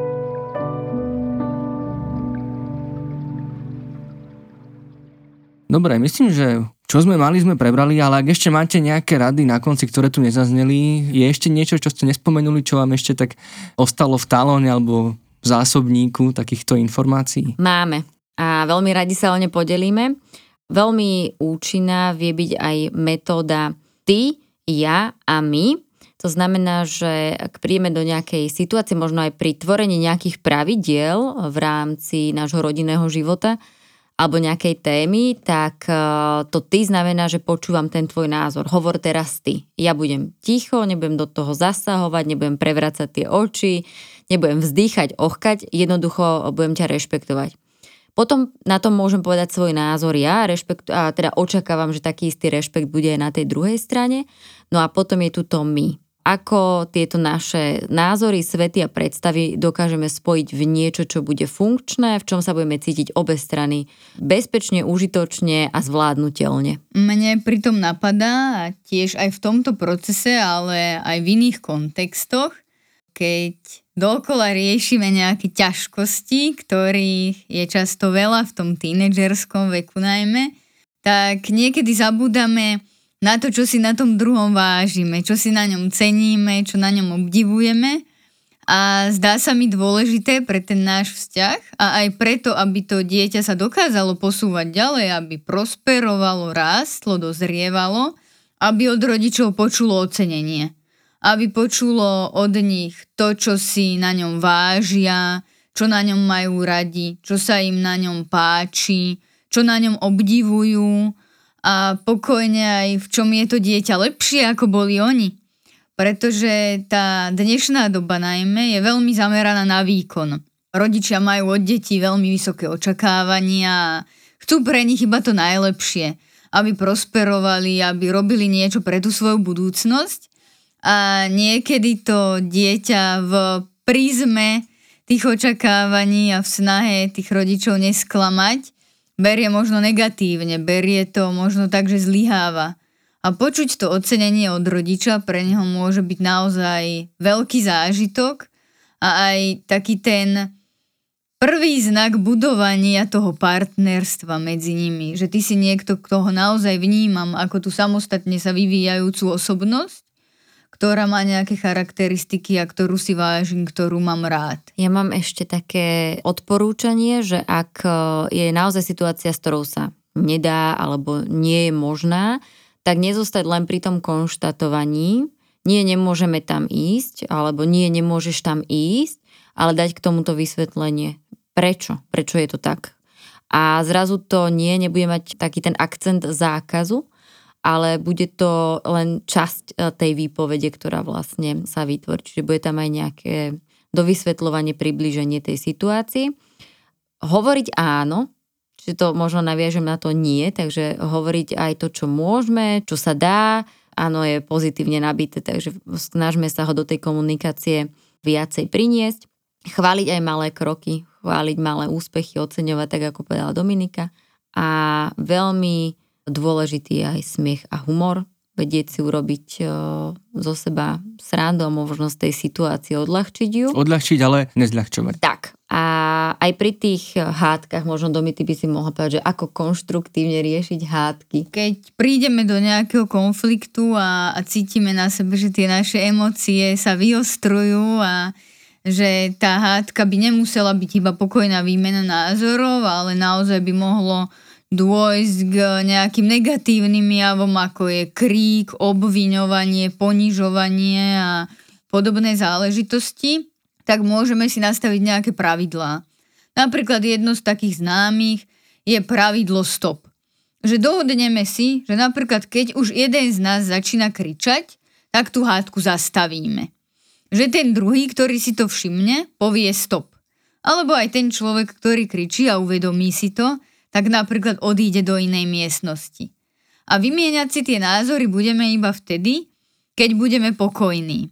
Dobre, myslím, že čo sme mali, sme prebrali, ale ak ešte máte nejaké rady na konci, ktoré tu nezazneli, je ešte niečo, čo ste nespomenuli, čo vám ešte tak ostalo v talóne alebo v zásobníku takýchto informácií? Máme a veľmi radi sa o ne podelíme. Veľmi účinná vie byť aj metóda ty, ja a my. To znamená, že ak príjeme do nejakej situácie, možno aj pri tvorení nejakých pravidiel v rámci nášho rodinného života, alebo nejakej témy, tak to ty znamená, že počúvam ten tvoj názor. Hovor teraz ty. Ja budem ticho, nebudem do toho zasahovať, nebudem prevracať tie oči, nebudem vzdýchať, ochkať, jednoducho budem ťa rešpektovať. Potom na tom môžem povedať svoj názor ja rešpektu, a teda očakávam, že taký istý rešpekt bude aj na tej druhej strane. No a potom je tu to my. Ako tieto naše názory, svety a predstavy dokážeme spojiť v niečo, čo bude funkčné, v čom sa budeme cítiť obe strany bezpečne, užitočne a zvládnutelne. Mne pritom napadá, tiež aj v tomto procese, ale aj v iných kontextoch, keď dookola riešime nejaké ťažkosti, ktorých je často veľa v tom tínedžerskom veku najmä, tak niekedy zabúdame na to, čo si na tom druhom vážime, čo si na ňom ceníme, čo na ňom obdivujeme. A zdá sa mi dôležité pre ten náš vzťah a aj preto, aby to dieťa sa dokázalo posúvať ďalej, aby prosperovalo, rástlo, dozrievalo, aby od rodičov počulo ocenenie. Aby počulo od nich to, čo si na ňom vážia, čo na ňom majú radi, čo sa im na ňom páči, čo na ňom obdivujú, a pokojne aj v čom je to dieťa lepšie, ako boli oni. Pretože tá dnešná doba najmä je veľmi zameraná na výkon. Rodičia majú od detí veľmi vysoké očakávania a chcú pre nich iba to najlepšie, aby prosperovali, aby robili niečo pre tú svoju budúcnosť. A niekedy to dieťa v prízme tých očakávaní a v snahe tých rodičov nesklamať berie možno negatívne, berie to možno tak, že zlyháva. A počuť to ocenenie od rodiča pre neho môže byť naozaj veľký zážitok a aj taký ten prvý znak budovania toho partnerstva medzi nimi. Že ty si niekto, koho naozaj vnímam ako tú samostatne sa vyvíjajúcu osobnosť, ktorá má nejaké charakteristiky a ktorú si vážim, ktorú mám rád. Ja mám ešte také odporúčanie, že ak je naozaj situácia, s ktorou sa nedá alebo nie je možná, tak nezostať len pri tom konštatovaní, nie, nemôžeme tam ísť, alebo nie, nemôžeš tam ísť, ale dať k tomuto vysvetlenie. Prečo? Prečo je to tak? A zrazu to nie, nebude mať taký ten akcent zákazu, ale bude to len časť tej výpovede, ktorá vlastne sa vytvorí. Čiže bude tam aj nejaké dovysvetľovanie, priblíženie tej situácii. Hovoriť áno, čiže to možno naviažem na to nie, takže hovoriť aj to, čo môžeme, čo sa dá, áno, je pozitívne nabité, takže snažme sa ho do tej komunikácie viacej priniesť. Chváliť aj malé kroky, chváliť malé úspechy, oceňovať, tak ako povedala Dominika. A veľmi dôležitý je aj smiech a humor. Vedieť si urobiť o, zo seba srandu a možno z tej situácie odľahčiť ju. Odľahčiť, ale nezľahčovať. Tak. A aj pri tých hádkach, možno Domi, ty by si mohla povedať, že ako konštruktívne riešiť hádky. Keď prídeme do nejakého konfliktu a, a cítime na sebe, že tie naše emócie sa vyostrujú a že tá hádka by nemusela byť iba pokojná výmena názorov, ale naozaj by mohlo dôjsť k nejakým negatívnym javom, ako je krík, obviňovanie, ponižovanie a podobné záležitosti, tak môžeme si nastaviť nejaké pravidlá. Napríklad jedno z takých známych je pravidlo stop. Že dohodneme si, že napríklad keď už jeden z nás začína kričať, tak tú hádku zastavíme. Že ten druhý, ktorý si to všimne, povie stop. Alebo aj ten človek, ktorý kričí a uvedomí si to, tak napríklad odíde do inej miestnosti. A vymieňať si tie názory budeme iba vtedy, keď budeme pokojní.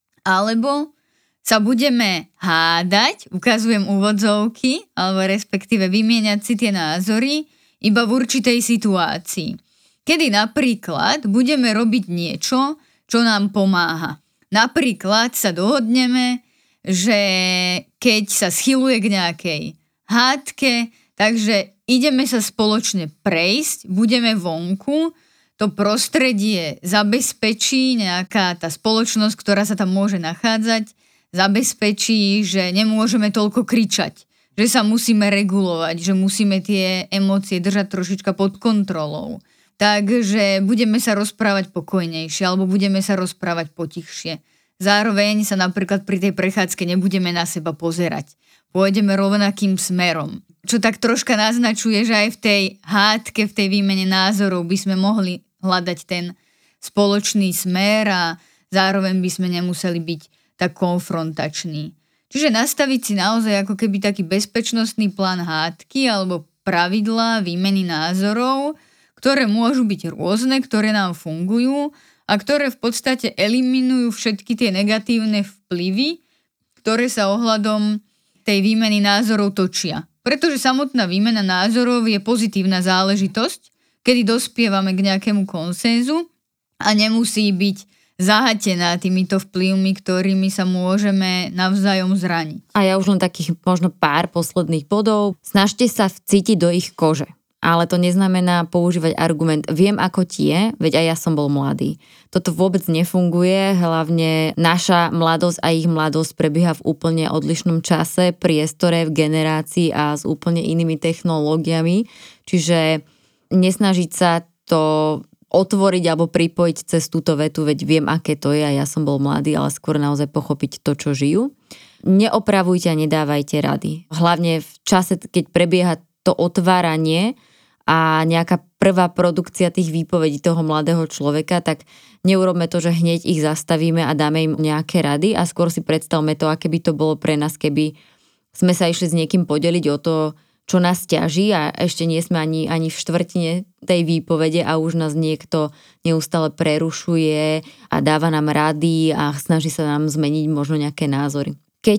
Alebo sa budeme hádať, ukazujem úvodzovky, alebo respektíve vymieňať si tie názory iba v určitej situácii. Kedy napríklad budeme robiť niečo, čo nám pomáha. Napríklad sa dohodneme, že keď sa schyluje k nejakej hádke, takže ideme sa spoločne prejsť, budeme vonku, to prostredie zabezpečí nejaká tá spoločnosť, ktorá sa tam môže nachádzať, zabezpečí, že nemôžeme toľko kričať, že sa musíme regulovať, že musíme tie emócie držať trošička pod kontrolou. Takže budeme sa rozprávať pokojnejšie alebo budeme sa rozprávať potichšie. Zároveň sa napríklad pri tej prechádzke nebudeme na seba pozerať. Pôjdeme rovnakým smerom. Čo tak troška naznačuje, že aj v tej hádke, v tej výmene názorov by sme mohli hľadať ten spoločný smer a zároveň by sme nemuseli byť tak konfrontační. Čiže nastaviť si naozaj ako keby taký bezpečnostný plán hádky alebo pravidlá výmeny názorov, ktoré môžu byť rôzne, ktoré nám fungujú a ktoré v podstate eliminujú všetky tie negatívne vplyvy, ktoré sa ohľadom tej výmeny názorov točia. Pretože samotná výmena názorov je pozitívna záležitosť, kedy dospievame k nejakému konsenzu a nemusí byť zahatená týmito vplyvmi, ktorými sa môžeme navzájom zraniť. A ja už len takých možno pár posledných bodov. Snažte sa vcítiť do ich kože. Ale to neznamená používať argument viem ako tie, veď aj ja som bol mladý. Toto vôbec nefunguje, hlavne naša mladosť a ich mladosť prebieha v úplne odlišnom čase, priestore, v generácii a s úplne inými technológiami. Čiže nesnažiť sa to otvoriť alebo pripojiť cez túto vetu, veď viem, aké to je a ja som bol mladý, ale skôr naozaj pochopiť to, čo žijú. Neopravujte a nedávajte rady. Hlavne v čase, keď prebieha to otváranie a nejaká prvá produkcia tých výpovedí toho mladého človeka, tak neurobme to, že hneď ich zastavíme a dáme im nejaké rady a skôr si predstavme to, aké by to bolo pre nás, keby sme sa išli s niekým podeliť o to, čo nás ťaží a ešte nie sme ani, ani v štvrtine tej výpovede a už nás niekto neustále prerušuje a dáva nám rady a snaží sa nám zmeniť možno nejaké názory. Keď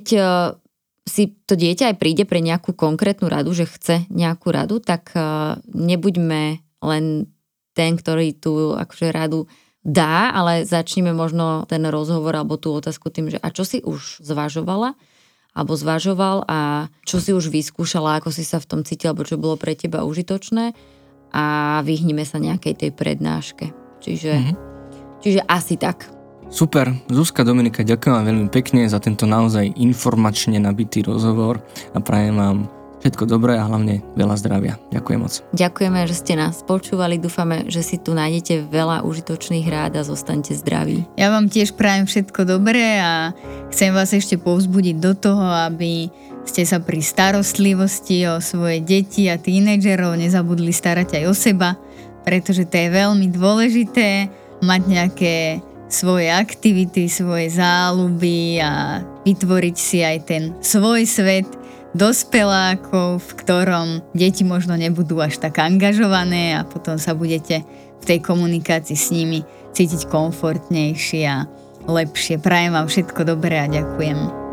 si to dieťa aj príde pre nejakú konkrétnu radu, že chce nejakú radu, tak nebuďme len ten, ktorý tú akože radu dá, ale začneme možno ten rozhovor alebo tú otázku tým, že a čo si už zvažovala alebo zvažoval a čo si už vyskúšala, ako si sa v tom cítila, alebo čo bolo pre teba užitočné a vyhnime sa nejakej tej prednáške. Čiže, mm-hmm. čiže asi tak. Super. Zuzka, Dominika, ďakujem vám veľmi pekne za tento naozaj informačne nabitý rozhovor a prajem vám všetko dobré a hlavne veľa zdravia. Ďakujem moc. Ďakujeme, že ste nás počúvali. Dúfame, že si tu nájdete veľa užitočných rád a zostaňte zdraví. Ja vám tiež prajem všetko dobré a chcem vás ešte povzbudiť do toho, aby ste sa pri starostlivosti o svoje deti a tínedžerov nezabudli starať aj o seba, pretože to je veľmi dôležité mať nejaké svoje aktivity, svoje záľuby a vytvoriť si aj ten svoj svet dospelákov, v ktorom deti možno nebudú až tak angažované a potom sa budete v tej komunikácii s nimi cítiť komfortnejšie a lepšie. Prajem vám všetko dobré a ďakujem.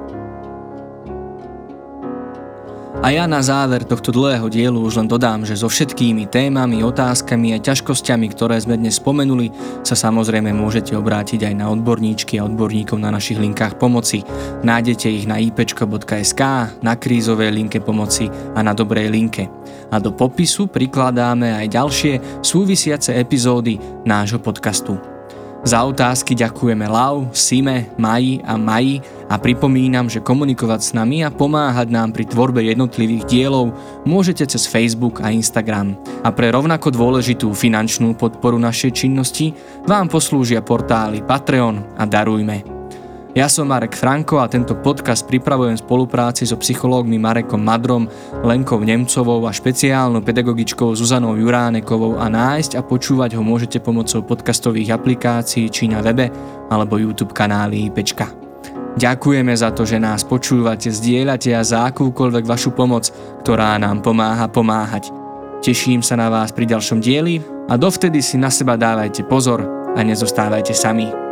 A ja na záver tohto dlhého dielu už len dodám, že so všetkými témami, otázkami a ťažkosťami, ktoré sme dnes spomenuli, sa samozrejme môžete obrátiť aj na odborníčky a odborníkov na našich linkách pomoci. Nájdete ich na ipečko bodka es ká, na krízovej linke pomoci a na dobrej linke. A do popisu prikladáme aj ďalšie súvisiace epizódy nášho podcastu. Za otázky ďakujeme Lau, Sime, Maji a Maji a pripomínam, že komunikovať s nami a pomáhať nám pri tvorbe jednotlivých dielov môžete cez Facebook a Instagram. A pre rovnako dôležitú finančnú podporu našej činnosti vám poslúžia portály Patreon a Darujme. Ja som Marek Franko a tento podcast pripravujem v spolupráci so psychológmi Marekom Madrom, Lenkou Nemcovou a špeciálnou pedagogičkou Zuzanou Juránekovou a nájsť a počúvať ho môžete pomocou podcastových aplikácií či na webe alebo YouTube kanáli IPčka. Ďakujeme za to, že nás počúvate, zdieľate a za akúkoľvek vašu pomoc, ktorá nám pomáha pomáhať. Teším sa na vás pri ďalšom dieli a dovtedy si na seba dávajte pozor a nezostávajte sami.